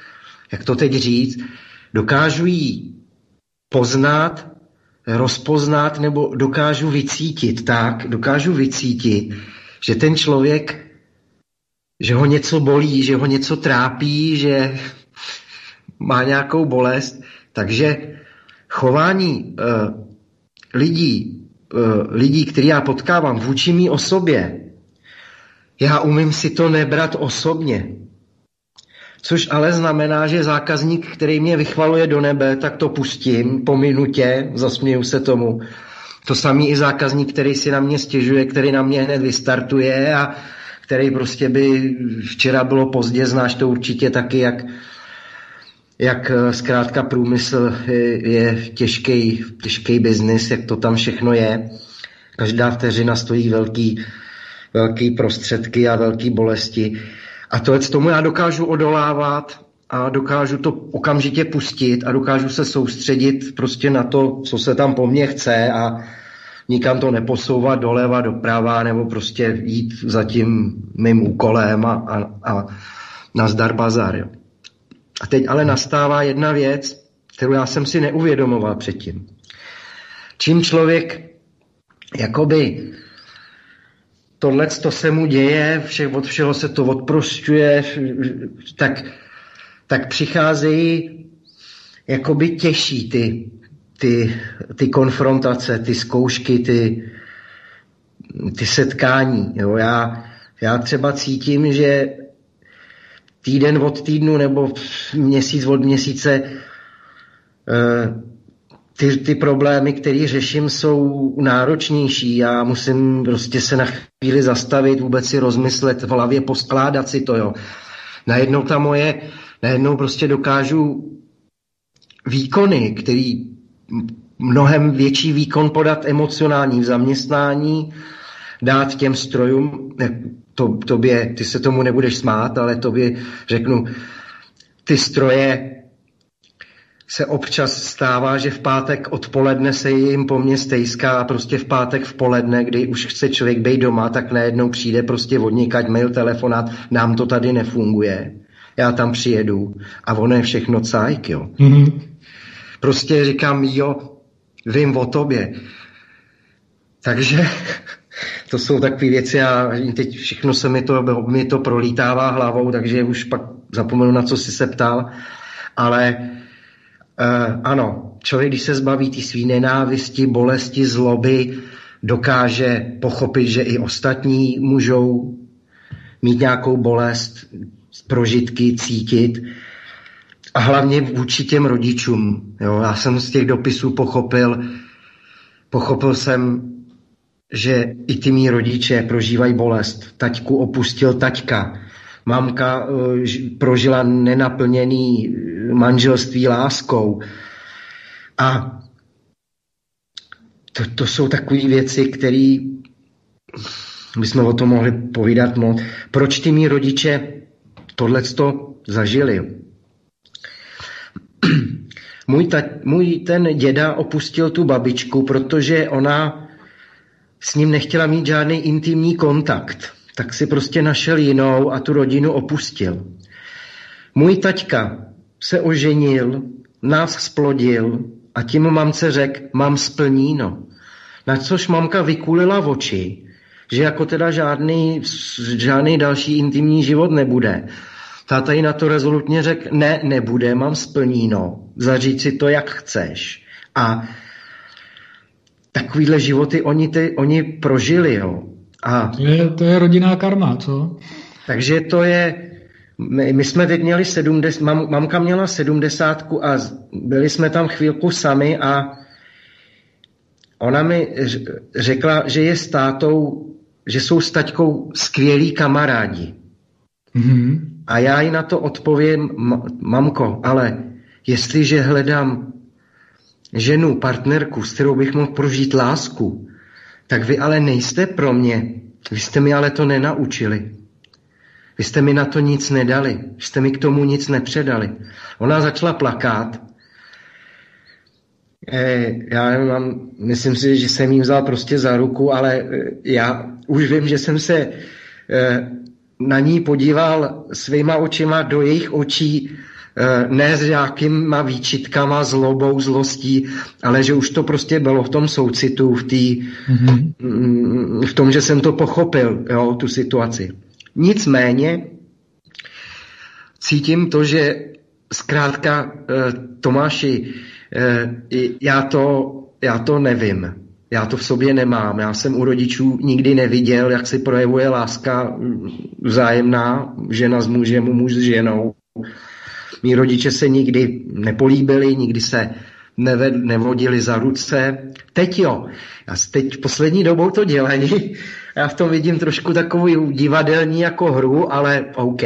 Speaker 3: jak to teď říct, dokážu ji poznat, rozpoznat nebo dokážu vycítit tak, dokážu vycítit, že ten člověk, že ho něco bolí, že ho něco trápí, že má nějakou bolest. Takže chování uh, lidí, uh, lidí, který já potkávám vůči mý osobě, já umím si to nebrat osobně. Což ale znamená, že zákazník, který mě vychvaluje do nebe, tak to pustím po minutě, zasměju se tomu. To samý i zákazník, který si na mě stěžuje, který na mě hned vystartuje a který prostě by včera bylo pozdě, znáš to určitě taky, jak, jak zkrátka průmysl je, je těžký, těžký biznis, jak to tam všechno je. Každá vteřina stojí velký, velký prostředky a velký bolesti. A to tomu já dokážu odolávat a dokážu to okamžitě pustit a dokážu se soustředit prostě na to, co se tam po mně chce a nikam to neposouvat doleva, doprava nebo prostě jít za tím mým úkolem a, a, a nazdar bazar. Jo. A teď ale nastává jedna věc, kterou já jsem si neuvědomoval předtím. Čím člověk jakoby tohleto se mu děje, vše, od všeho se to odprošťuje, tak, tak přicházejí jakoby těžší ty, ty, ty konfrontace, ty zkoušky, ty, ty setkání. Jo. Já, já třeba cítím, že týden od týdnu nebo měsíc od měsíce ty, ty problémy, které řeším, jsou náročnější. Já musím prostě se na chvíli zastavit, vůbec si rozmyslet, v hlavě poskládat si to. Jo. Najednou ta moje, najednou prostě dokážu výkony, který mnohem větší výkon podat emocionální v zaměstnání, dát těm strojům, to, tobě, ty se tomu nebudeš smát, ale tobě řeknu, ty stroje se občas stává, že v pátek odpoledne se jim po mně stejská a prostě v pátek v poledne, kdy už chce člověk být doma, tak najednou přijde prostě odnikať mail, telefonát, nám to tady nefunguje. Já tam přijedu a ono je všechno cajk, jo. Mm-hmm. Prostě říkám, jo, vím o tobě. Takže to jsou takové věci a teď všechno se mi to, mi to prolítává hlavou, takže už pak zapomenu, na co jsi se ptal. Ale uh, ano, člověk, když se zbaví ty svý nenávisti, bolesti, zloby, dokáže pochopit, že i ostatní můžou mít nějakou bolest, prožitky, cítit. A hlavně vůči těm rodičům. Jo, já jsem z těch dopisů pochopil, pochopil jsem, že i ty mý rodiče prožívají bolest. Taťku opustil taťka. Mamka uh, prožila nenaplněný manželství láskou. A to, to jsou takové věci, které bychom o tom mohli povídat moc. Proč ty mý rodiče tohleto zažili? Můj, ta, můj ten děda opustil tu babičku, protože ona s ním nechtěla mít žádný intimní kontakt. Tak si prostě našel jinou a tu rodinu opustil. Můj taťka se oženil, nás splodil a tím mamce řekl, mám splníno. Na což mamka vykulila oči, že jako teda žádný, žádný další intimní život nebude. Táta jí na to rezolutně řekl, ne, nebude, mám splníno, zaříď si to, jak chceš. A takovýhle životy oni, ty, oni prožili. Jo. A
Speaker 2: to, je, to je rodinná karma, co?
Speaker 3: Takže to je, my, my jsme teď měli sedmdesát, mam, mamka měla sedmdesátku a byli jsme tam chvílku sami a ona mi řekla, že je s tátou, že jsou s taťkou skvělí kamarádi. Mm-hmm. A já jí na to odpovím, mamko, ale jestliže hledám ženu, partnerku, s kterou bych mohl prožít lásku, tak vy ale nejste pro mě. Vy jste mi ale to nenaučili. Vy jste mi na to nic nedali. Vy jste mi k tomu nic nepředali. Ona začala plakat. E, já mám, myslím si, že jsem jí vzal prostě za ruku, ale já už vím, že jsem se e, na ní podíval svýma očima do jejich očí ne s nějakýma výčitkama, zlobou, zlostí, ale že už to prostě bylo v tom soucitu, v, tý, mm-hmm. v tom, že jsem to pochopil, jo, tu situaci. Nicméně cítím to, že zkrátka Tomáši, já to, já to nevím. Já to v sobě nemám. Já jsem u rodičů nikdy neviděl, jak se projevuje láska vzájemná, žena s mužem, muž s ženou. Mí rodiče se nikdy nepolíbili, nikdy se neved, nevodili za ruce. Teď jo. Já teď poslední dobou to dělají. Já v tom vidím trošku takovou divadelní jako hru, ale OK.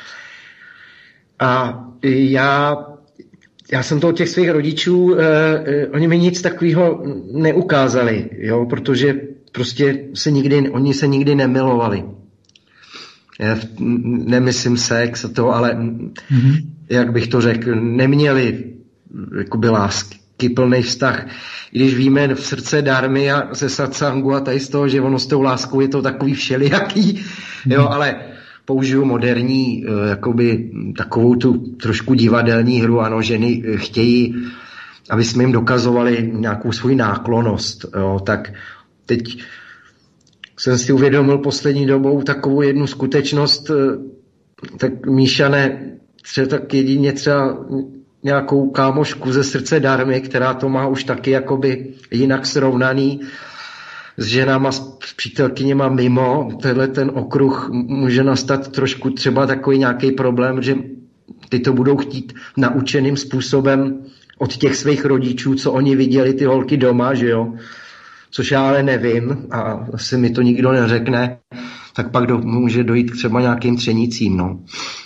Speaker 3: A já... Já jsem to od těch svých rodičů, eh, oni mi nic takového neukázali, jo, protože prostě se nikdy, oni se nikdy nemilovali. Já nemyslím sex a to, ale mm-hmm. jak bych to řekl, neměli jakoby lásky, plný vztah. I když víme v srdce dármy a ze satsangu a tady z toho, že ono s tou láskou je to takový všelijaký, mm-hmm. jo, ale použiju moderní, jakoby takovou tu trošku divadelní hru, ano, ženy chtějí, aby jsme jim dokazovali nějakou svoji náklonnost, jo, tak teď jsem si uvědomil poslední dobou takovou jednu skutečnost, tak Míšane, třeba tak jedině třeba nějakou kámošku ze srdce dármy, která to má už taky jakoby jinak srovnaný, s ženama, s přítelkyněma mimo, tenhle ten okruh může nastat trošku třeba takový nějaký problém, že ty to budou chtít naučeným způsobem od těch svých rodičů, co oni viděli ty holky doma, že jo, což já ale nevím a asi mi to nikdo neřekne, tak pak do, může dojít třeba nějakým třenicím, no.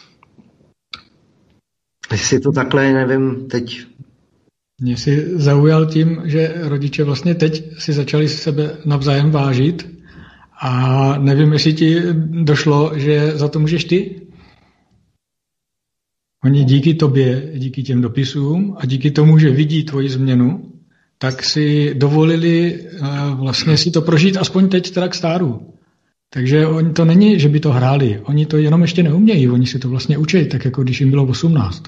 Speaker 3: Jestli to takhle, nevím, teď...
Speaker 2: Mě si zaujal tím, že rodiče vlastně teď si začali sebe navzájem vážit a nevím, jestli ti došlo, že za to můžeš ty. Oni díky tobě, díky těm dopisům a díky tomu, že vidí tvoji změnu, tak si dovolili vlastně si to prožít aspoň teď teda k stáru. Takže oni to není, že by to hráli, oni to jenom ještě neumějí, oni si to vlastně učí, tak jako když jim bylo osmnáct.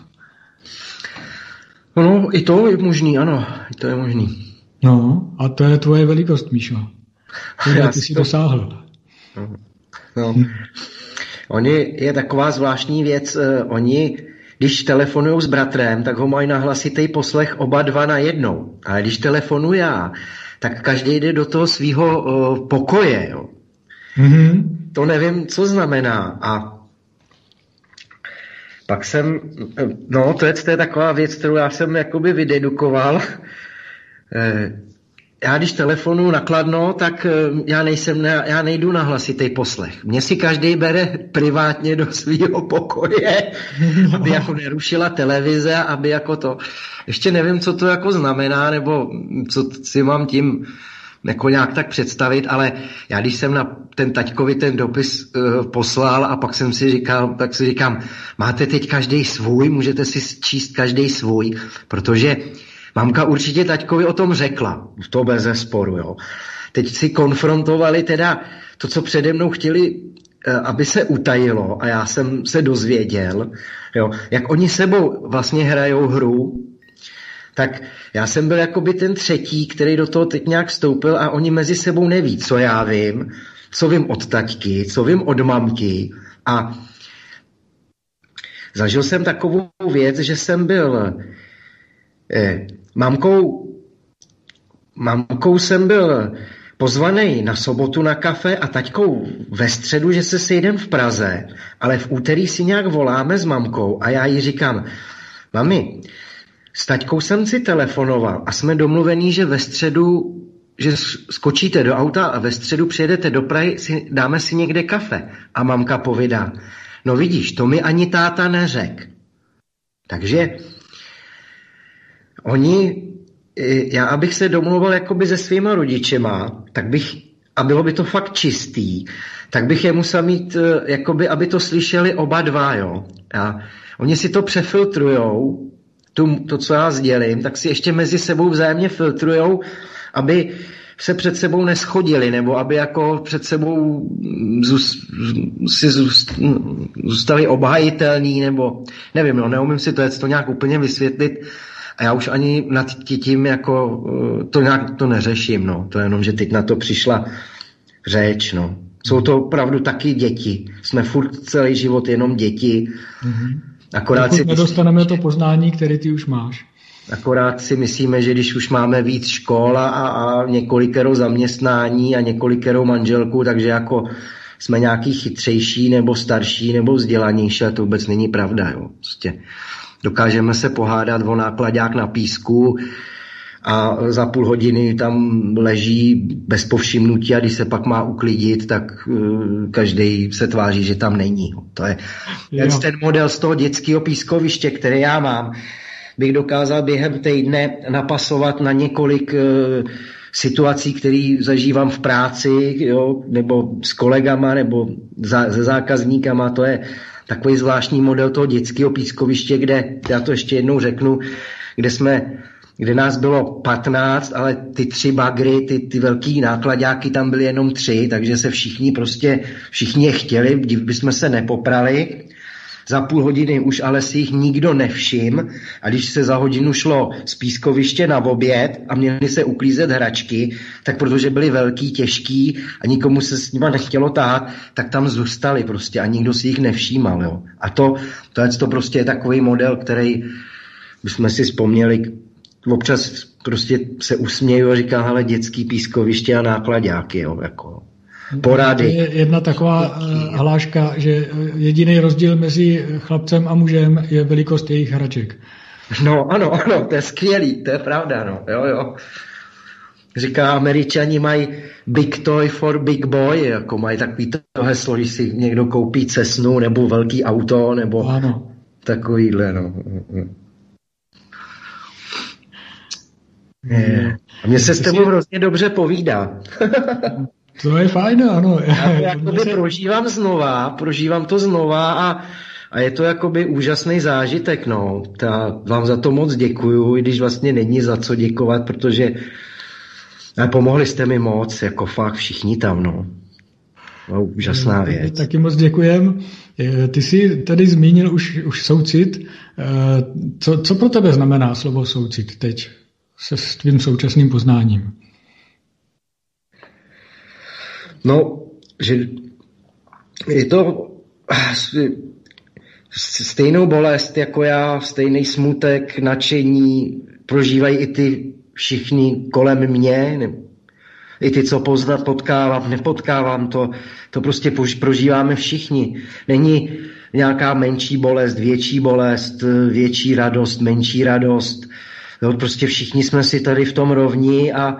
Speaker 3: No, i to je možný, ano, i to je možný.
Speaker 2: No, a to je tvoje velikost, Míšo. Ty, ty jsi to... dosáhl.
Speaker 3: No, no. Hm. Oni, je taková zvláštní věc, uh, oni, když telefonují s bratrem, tak ho mají na hlasitý poslech oba dva na jednou. Ale když telefonu já, tak každý jde do toho svého uh, pokoje. Jo. Mm-hmm. To nevím, co znamená. A pak jsem, no to je, to je taková věc, kterou já jsem jakoby vydedukoval. Já když telefonu nakladno, tak já nejsem, já nejdu na hlasitý poslech. Mě si každý bere privátně do svého pokoje, no. Aby jako nerušila televize, aby jako to, ještě nevím, co to jako znamená, nebo co si mám tím jako nějak tak představit, ale já když jsem na ten taťkovi ten dopis uh, poslal a pak jsem si říkal, tak si říkám, máte teď každý svůj, můžete si číst každý svůj, protože mamka určitě taťkovi o tom řekla, to bez zesporu, jo. Teď si konfrontovali teda to, co přede mnou chtěli, uh, aby se utajilo a já jsem se dozvěděl, jo, jak oni sebou vlastně hrajou hru, tak já jsem byl jakoby ten třetí, který do toho teď nějak vstoupil a oni mezi sebou neví, co já vím, co vím od taťky, co vím od mamky a zažil jsem takovou věc, že jsem byl eh, mamkou, mamkou jsem byl pozvaný na sobotu na kafe a taťkou ve středu, že se sejdem v Praze, ale v úterý si nějak voláme s mamkou a já jí říkám, mami, s taťkou jsem si telefonoval a jsme domluvení, že ve středu, že skočíte do auta a ve středu přijedete do Prahy, si, dáme si někde kafe. A mamka povídá, no vidíš, to mi ani táta neřek. Takže oni, já abych se domluval jakoby se svýma rodičema, tak bych, a bylo by to fakt čistý, tak bych je musel mít, jakoby, aby to slyšeli oba dva, jo. A oni si to přefiltrujou, Tu, to, co já sdělím, tak si ještě mezi sebou vzájemně filtrujou, aby se před sebou neschodili, nebo aby jako před sebou zůst, si zůst, zůstali obhajitelní, nebo nevím, no, neumím si to, je, to nějak úplně vysvětlit a já už ani nad tím jako to nějak to neřeším, no. To je jenom, že teď na to přišla řeč, no. Jsou to opravdu taky děti. Jsme furt celý život jenom děti. Mm-hmm. Akorát si
Speaker 2: nedostaneme to poznání, které ty už máš.
Speaker 3: Akorát si myslíme, že když už máme víc škol a, a několikero zaměstnání a několikero manželku, takže jako jsme nějaký chytřejší nebo starší nebo vzdělanější, a to vůbec není pravda. Jo. Prostě dokážeme se pohádat o nákladák na písku a za půl hodiny tam leží bez povšimnutí a když se pak má uklidit, tak uh, každý se tváří, že tam není. To je ten, ten model z toho dětského pískoviště, který já mám, bych dokázal během týdne napasovat na několik uh, situací, které zažívám v práci, jo, nebo s kolegama, nebo za, se zákazníkama. To je takový zvláštní model toho dětského pískoviště, kde, já to ještě jednou řeknu, kde jsme kde nás bylo patnáct, ale ty tři bagry, ty, ty velký nákladáky tam byly jenom tři, takže se všichni prostě, všichni je chtěli, kdybychom se nepoprali. Za půl hodiny už ale si jich nikdo nevšim a když se za hodinu šlo z pískoviště na oběd a měli se uklízet hračky, tak protože byli velký, těžký a nikomu se s nima nechtělo tahat, tak tam zůstali prostě a nikdo si jich nevšímal. Jo. A to, to, je, to prostě je takový model, který bychom si vzpomněli. Občas prostě se usměju a říkám, hele, dětský pískoviště a nákladáky, jo, jako porady.
Speaker 2: Je jedna taková hláška, že jediný rozdíl mezi chlapcem a mužem je velikost jejich hraček.
Speaker 3: No, ano, ano, to je skvělý, to je pravda, no, jo, jo. Říká, Američani mají big toy for big boy, jako mají takový to heslo, když si někdo koupí Cessnu nebo velký auto, nebo ano. Takovýhle, no. Je. A mně se s tebou hrozně dobře povídá.
Speaker 2: To je fajn, ano.
Speaker 3: Já to jakoby se... prožívám znova, prožívám to znova a, a je to jakoby úžasný zážitek, no. Ta, vám za to moc děkuju, i když vlastně není za co děkovat, protože ale pomohli jste mi moc, jako fakt všichni tam, no. No, úžasná věc.
Speaker 2: Taky moc děkujem. Ty jsi tady zmínil už, už soucit. Co, co pro tebe znamená slovo soucit teď se s tvým současným poznáním?
Speaker 3: No, že je to stejnou bolest jako já, stejný smutek, nadšení prožívají i ty všichni kolem mě, i ty, co poznat potkávám, nepotkávám, to, to prostě prožíváme všichni. Není nějaká menší bolest, větší bolest, větší radost, menší radost. No, prostě všichni jsme si tady v tom rovní a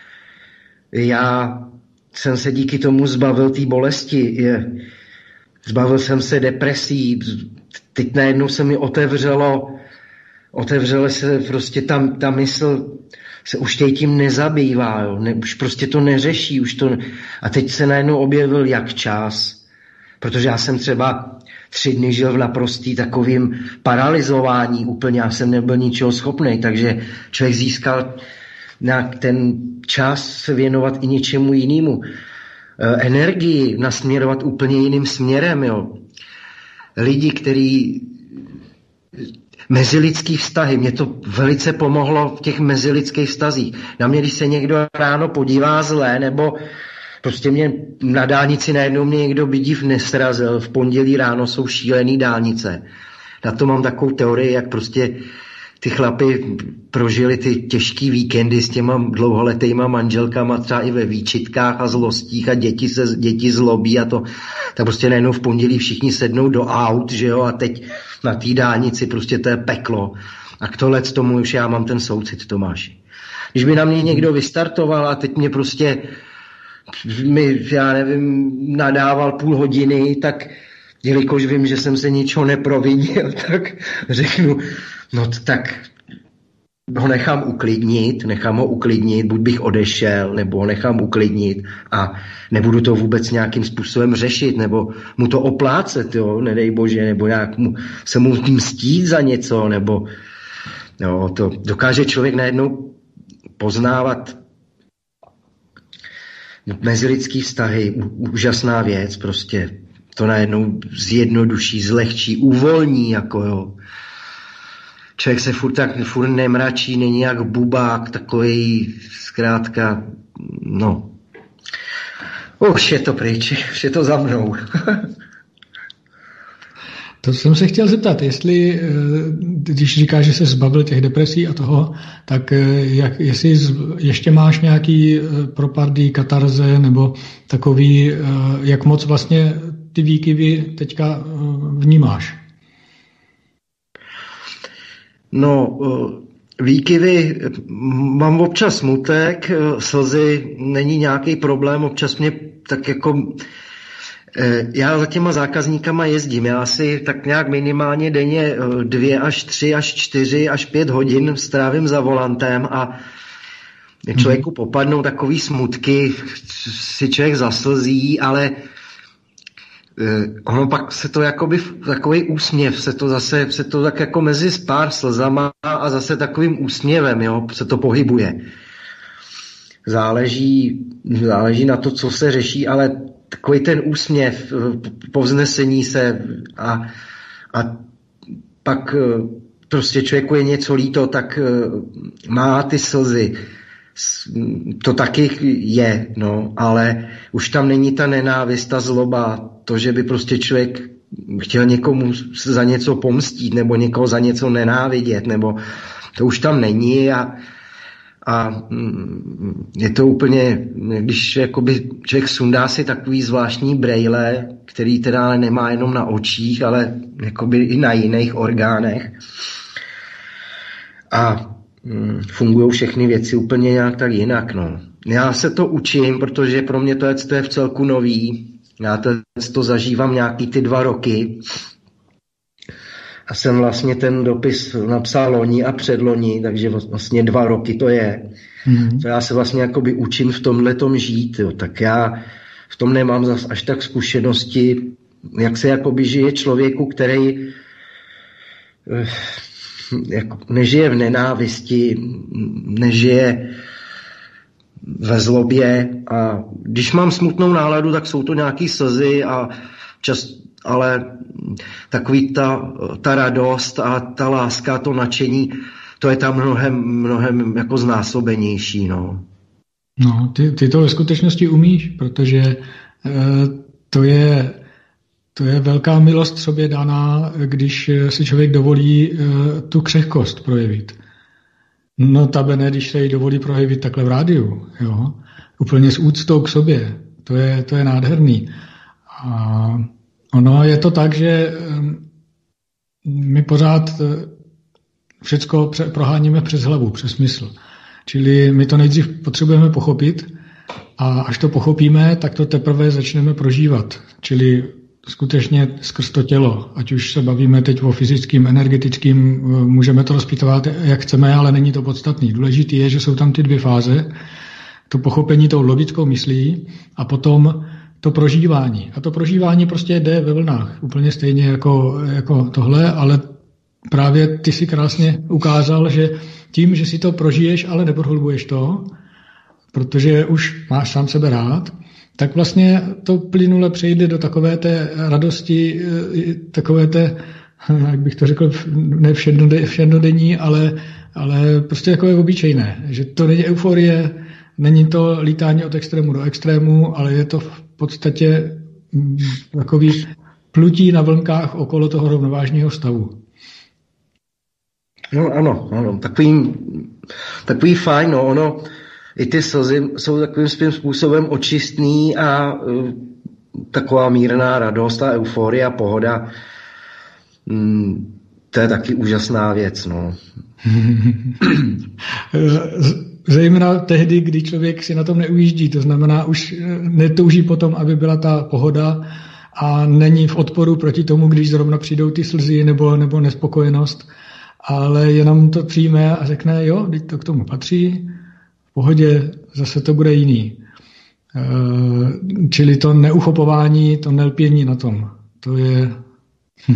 Speaker 3: já jsem se díky tomu zbavil té bolesti. Zbavil jsem se depresí. Teď najednou se mi otevřelo, otevřelo se prostě tam ta mysl, se už teď tím nezabývá, jo. Ne, už prostě to neřeší. Už to, a teď se najednou objevil jak čas. Protože já jsem třeba tři dny žil v naprostý takovým paralyzování úplně, já jsem nebyl ničeho schopný, takže člověk získal nějak ten čas se věnovat i něčemu jinému. E, energii nasměrovat úplně jiným směrem, jo. Lidi, kteří mezilidský vztahy, mě to velice pomohlo v těch mezilidských vztazích. Na mě, když se někdo ráno podívá zle, nebo prostě mě na dálnici najednou mě někdo by div nesrazil, v pondělí ráno jsou šílený dálnice. Na to mám takovou teorii, jak prostě ty chlapy prožili ty těžký víkendy s těma dlouholetýma manželkama, třeba i ve výčitkách a zlostích a děti se děti zlobí a to, tak prostě najednou v pondělí všichni sednou do aut, že jo, a teď na té dálnici prostě to je peklo. A k tohle tomu už já mám ten soucit, Tomáši. Když by na mě někdo vystartoval a teď mě prostě mi, já nevím, nadával půl hodiny, tak jelikož vím, že jsem se ničeho neprovinil, tak řeknu, no tak ho nechám uklidnit, nechám ho uklidnit, buď bych odešel, nebo ho nechám uklidnit a nebudu to vůbec nějakým způsobem řešit, nebo mu to oplácet, jo, nedej bože, nebo nějak mu, se mu mstít za něco, nebo jo, to dokáže člověk najednou poznávat mezilidský vztahy, úžasná věc, prostě to najednou zjednoduší, zlehčí, uvolní, jako jo. Člověk se furt tak furt nemračí, není jak bubák, takový zkrátka, no. Už je to pryč, už je to za mnou.
Speaker 2: To jsem se chtěl zeptat, jestli, když říkáš, že se zbavil těch depresí a toho, tak jak, jestli ještě máš nějaký propardy, katarze, nebo takový, jak moc vlastně ty výkyvy teďka vnímáš?
Speaker 3: No, výkyvy, mám občas smutek, slzy, není nějaký problém, občas mě tak jako... Já za těma zákazníkama jezdím, já si tak nějak minimálně denně dvě až tři až čtyři až pět hodin strávím za volantem a člověku popadnou takový smutky, si člověk zaslzí, ale ono pak se to jakoby, takový úsměv, se to zase, se to tak jako mezi pár slzama a zase takovým úsměvem, jo, se to pohybuje. Záleží, záleží na to, co se řeší, ale takový ten úsměv, povznesení se a, a pak prostě člověku je něco líto, tak má ty slzy. To taky je, no, ale už tam není ta nenávist, ta zloba, to, že by prostě člověk chtěl někomu za něco pomstít nebo někoho za něco nenávidět, nebo to už tam není a A je to úplně, když jakoby člověk sundá si takový zvláštní brejle, který teda ale nemá jenom na očích, ale jakoby i na jiných orgánech. A fungují všechny věci úplně nějak tak jinak. No. Já se to učím, protože pro mě to je, to je v celku nový. Já to, to zažívám nějaký ty dva roky. A jsem vlastně ten dopis napsal loni a předloni, takže vlastně dva roky to je. Mm-hmm. To já se vlastně jakoby učím v tomhletom žít. Jo. Tak já v tom nemám zas až tak zkušenosti, jak se jakoby žije člověku, který eh, jako nežije v nenávisti, nežije ve zlobě. A když mám smutnou náladu, tak jsou to nějaký slzy a čas, ale takový ta, ta radost a ta láska, to nadšení, to je tam mnohem, mnohem jako znásobenější, no.
Speaker 2: No, ty, ty to ve skutečnosti umíš, protože e, to je, to je velká milost sobě daná, když si člověk dovolí e, tu křehkost projevit. No tabene, když se jí dovolí projevit takhle v rádiu, jo, úplně s úctou k sobě, to je, to je nádherný. A ono je to tak, že my pořád všecko proháníme přes hlavu, přes mysl. Čili my to nejdřív potřebujeme pochopit a až to pochopíme, tak to teprve začneme prožívat. Čili skutečně skrz to tělo. Ať už se bavíme teď o fyzickým, energetickým, můžeme to rozpitovat, jak chceme, ale není to podstatný. Důležitý je, že jsou tam ty dvě fáze. To pochopení tou logickou myslí a potom to prožívání. A to prožívání prostě jde ve vlnách. Úplně stejně jako, jako tohle, ale právě ty si krásně ukázal, že tím, že si to prožiješ, ale neprohlubuješ to, protože už máš sám sebe rád, tak vlastně to plynule přejde do takové té radosti, takové té, jak bych to řekl, ne všednodenní, ale, ale prostě takové obyčejné. Že to není euforie, není to lítání od extrému do extrému, ale je to v podstatě takový plutí na vlnkách okolo toho rovnovážného stavu.
Speaker 3: No ano, ano, takový, takový fajn, no, ono, i ty slzy jsou takovým svým způsobem očistný a uh, taková mírná radost a euforie a pohoda, mm, to je taky úžasná věc, no.
Speaker 2: Zejména tehdy, kdy člověk si na tom neujíždí, to znamená, už netouží potom, aby byla ta pohoda a není v odporu proti tomu, když zrovna přijdou ty slzy nebo, nebo nespokojenost, ale jenom to přijme a řekne, jo, teď to k tomu patří, v pohodě, zase to bude jiný. E, čili to neuchopování, to nelpění na tom, to je,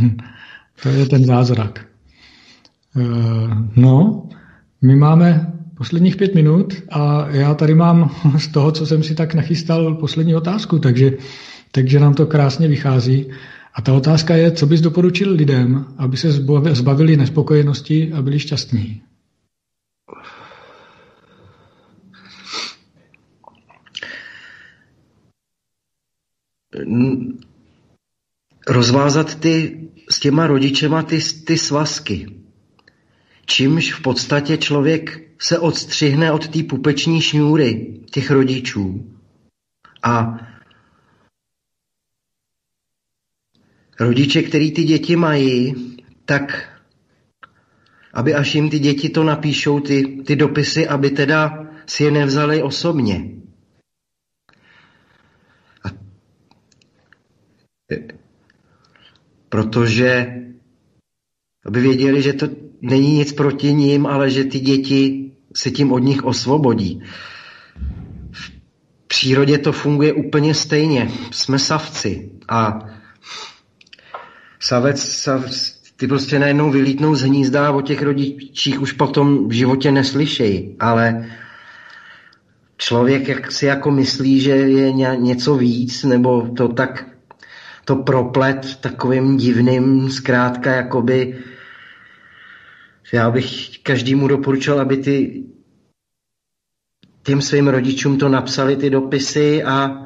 Speaker 2: to je ten zázrak. E, no, my máme posledních pět minut a já tady mám z toho, co jsem si tak nachystal, poslední otázku, takže, takže nám to krásně vychází. A ta otázka je, co bys doporučil lidem, aby se zbavili nespokojenosti a byli šťastní?
Speaker 3: Rozvázat ty s těma rodičema ty, ty svazky. Čímž v podstatě člověk se odstřihne od té pupeční šňůry těch rodičů. A rodiče, který ty děti mají, tak aby až jim ty děti to napíšou, ty, ty dopisy, aby teda si je nevzali osobně. A, protože aby věděli, že to není nic proti ním, ale že ty děti se tím od nich osvobodí. V přírodě to funguje úplně stejně. Jsme savci a savec, savc, ty prostě najednou vylítnou z hnízda a o těch rodičích už potom v životě neslyšejí, ale člověk jak si jako myslí, že je něco víc, nebo to tak to proplet takovým divným, zkrátka jakoby já bych každému doporučil, aby ty těm svým rodičům to napsali ty dopisy a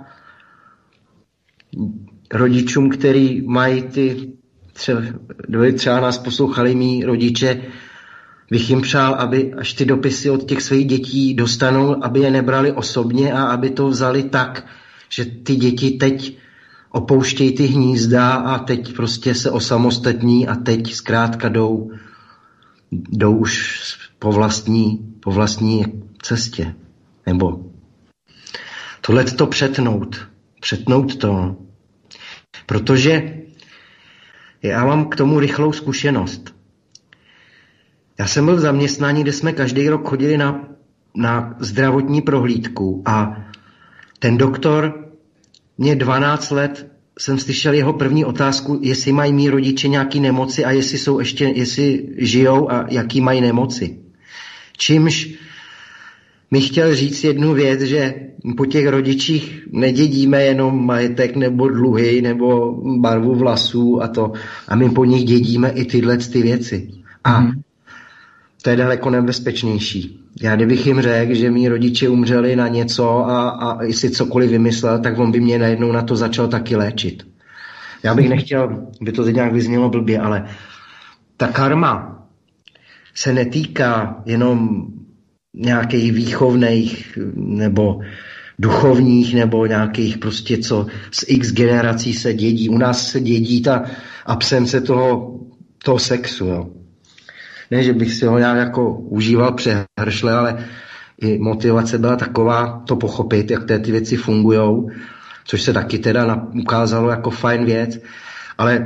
Speaker 3: rodičům, který mají ty třeba, třeba nás poslouchali mý rodiče, bych jim přál, aby až ty dopisy od těch svých dětí dostanou, aby je nebrali osobně a aby to vzali tak, že ty děti teď opouštějí ty hnízda a teď prostě se osamostatní a teď zkrátka jdou, jdou už po vlastní, po vlastní cestě. Nebo tohle to přetnout. Přetnout to. Protože já mám k tomu rychlou zkušenost. Já jsem byl v zaměstnání, kde jsme každý rok chodili na, na zdravotní prohlídku a ten doktor mě dvanáct let jsem slyšel jeho první otázku, jestli mají mý rodiče nějaký nemoci a jestli jsou ještě, jestli žijou a jaký mají nemoci. Čímž mi chtěl říct jednu věc, že po těch rodičích nedědíme jenom majetek nebo dluhy nebo barvu vlasů a to. A my po nich dědíme i tyhle ty věci. A mm. to je daleko nebezpečnější. Já kdybych jim řekl, že mý rodiče umřeli na něco a, a jestli cokoliv vymyslel, tak on by mě najednou na to začal taky léčit. Já bych nechtěl, by to teď nějak vyznělo blbě, ale ta karma se netýká jenom nějakých výchovných nebo duchovních nebo nějakých prostě, co z x generací se dědí. U nás se dědí ta absence toho, toho sexu, jo. Ne, že bych si ho nějak jako užíval přehršle, ale i motivace byla taková to pochopit, jak ty věci fungujou, což se taky teda ukázalo jako fajn věc, ale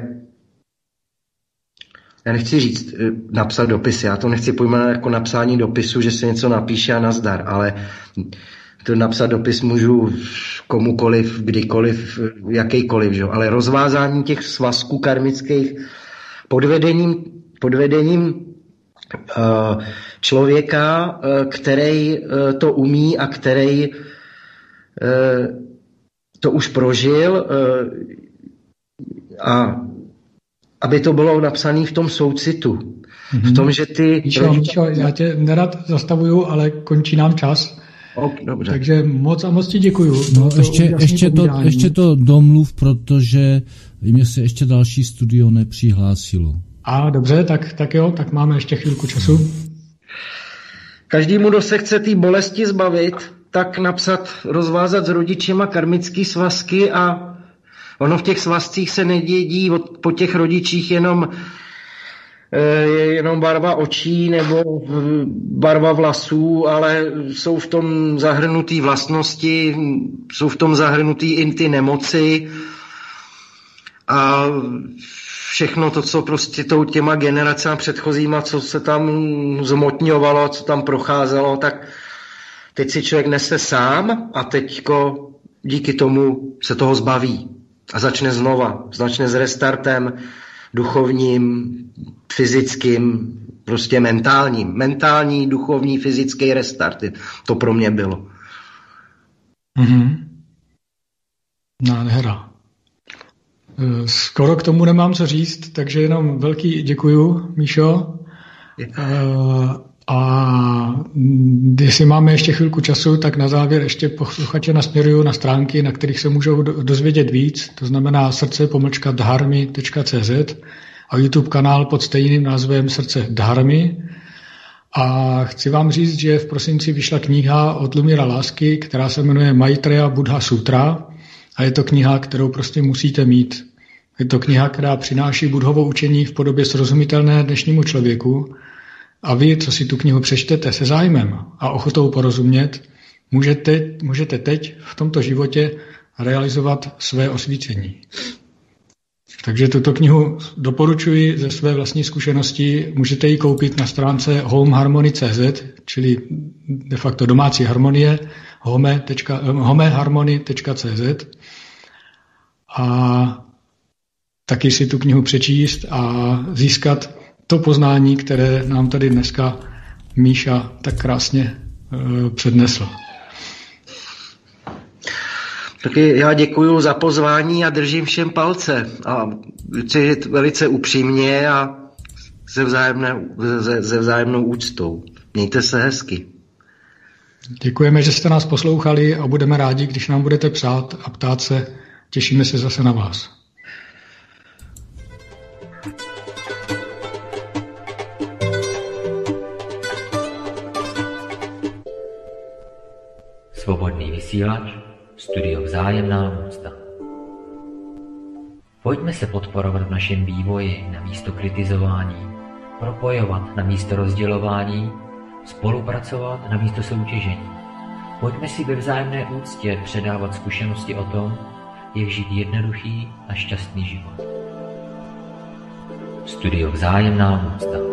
Speaker 3: já nechci říct napsat dopisy, já to nechci pojmenovat jako napsání dopisu, že se něco napíše a nazdar, ale to napsat dopis můžu komukoliv, kdykoliv, jakýkoliv, že? Ale rozvázání těch svazků karmických pod vedením, pod vedením uh, člověka, uh, který uh, to umí a který uh, to už prožil uh, a aby to bylo napsané v tom soucitu. Mm-hmm. V tom, že ty...
Speaker 2: Míšo, Míšo, já tě nerad zastavuju, ale končí nám čas.
Speaker 3: Okay, dobře.
Speaker 2: Takže moc a moc ti děkuju.
Speaker 4: No, to ještě, ještě, to, ještě to domluv, protože mě se ještě další studio nepřihlásilo.
Speaker 2: A dobře, tak, tak jo, tak máme ještě chvilku času.
Speaker 3: Každému, kdo se chce té bolesti zbavit, tak napsat, rozvázat s rodičima karmický svazky a ono v těch svazcích se nedědí od, po těch rodičích jenom, e, jenom barva očí nebo barva vlasů, ale jsou v tom zahrnutý vlastnosti, jsou v tom zahrnutý i ty nemoci a všechno to, co prostě tou těma generacemi předchozíma, co se tam zmotňovalo, co tam procházelo, tak teď si člověk nese sám a teďko díky tomu se toho zbaví. A začne znova, začne s restartem duchovním, fyzickým, prostě mentální, mentální, duchovní, fyzický restart. To pro mě bylo.
Speaker 2: Mhm. Nádhera. Skoro k tomu nemám co říct, takže jenom velký děkuju, Míšo. A jestli máme ještě chvilku času, tak na závěr ještě posluchače nasměruju na stránky, na kterých se můžou dozvědět víc, to znamená srdce pomlčka dharmy tečka cé zet a YouTube kanál pod stejným názvem Srdce dharmy. A chci vám říct, že v prosinci vyšla kniha od Lumíra Lásky, která se jmenuje Maitreya Buddha Sutra a je to kniha, kterou prostě musíte mít. Je to kniha, která přináší Buddhovo učení v podobě srozumitelné dnešnímu člověku a vy, co si tu knihu přečtete se zájmem a ochotou porozumět, můžete, můžete teď v tomto životě realizovat své osvícení. Takže tuto knihu doporučuji ze své vlastní zkušenosti. Můžete ji koupit na stránce home harmony tečka cé zet, čili de facto domácí harmonie, home harmony tečka cé zet a taky si tu knihu přečíst a získat to poznání, které nám tady dneska Míša tak krásně uh, přednesl.
Speaker 3: Taky já děkuji za pozvání a držím všem palce. A chci žít velice upřímně a se, vzájemné, se, se vzájemnou úctou. Mějte se hezky.
Speaker 2: Děkujeme, že jste nás poslouchali a budeme rádi, když nám budete psát a ptát se. Těšíme se zase na vás.
Speaker 1: Svobodný vysílač, studio Vzájemná úcta. Pojďme se podporovat v našem vývoji na místo kritizování, propojovat na místo rozdělování, spolupracovat na místo soutěžení. Pojďme si ve vzájemné úctě předávat zkušenosti o tom, jak žít jednoduchý a šťastný život. Studio Vzájemná úcta.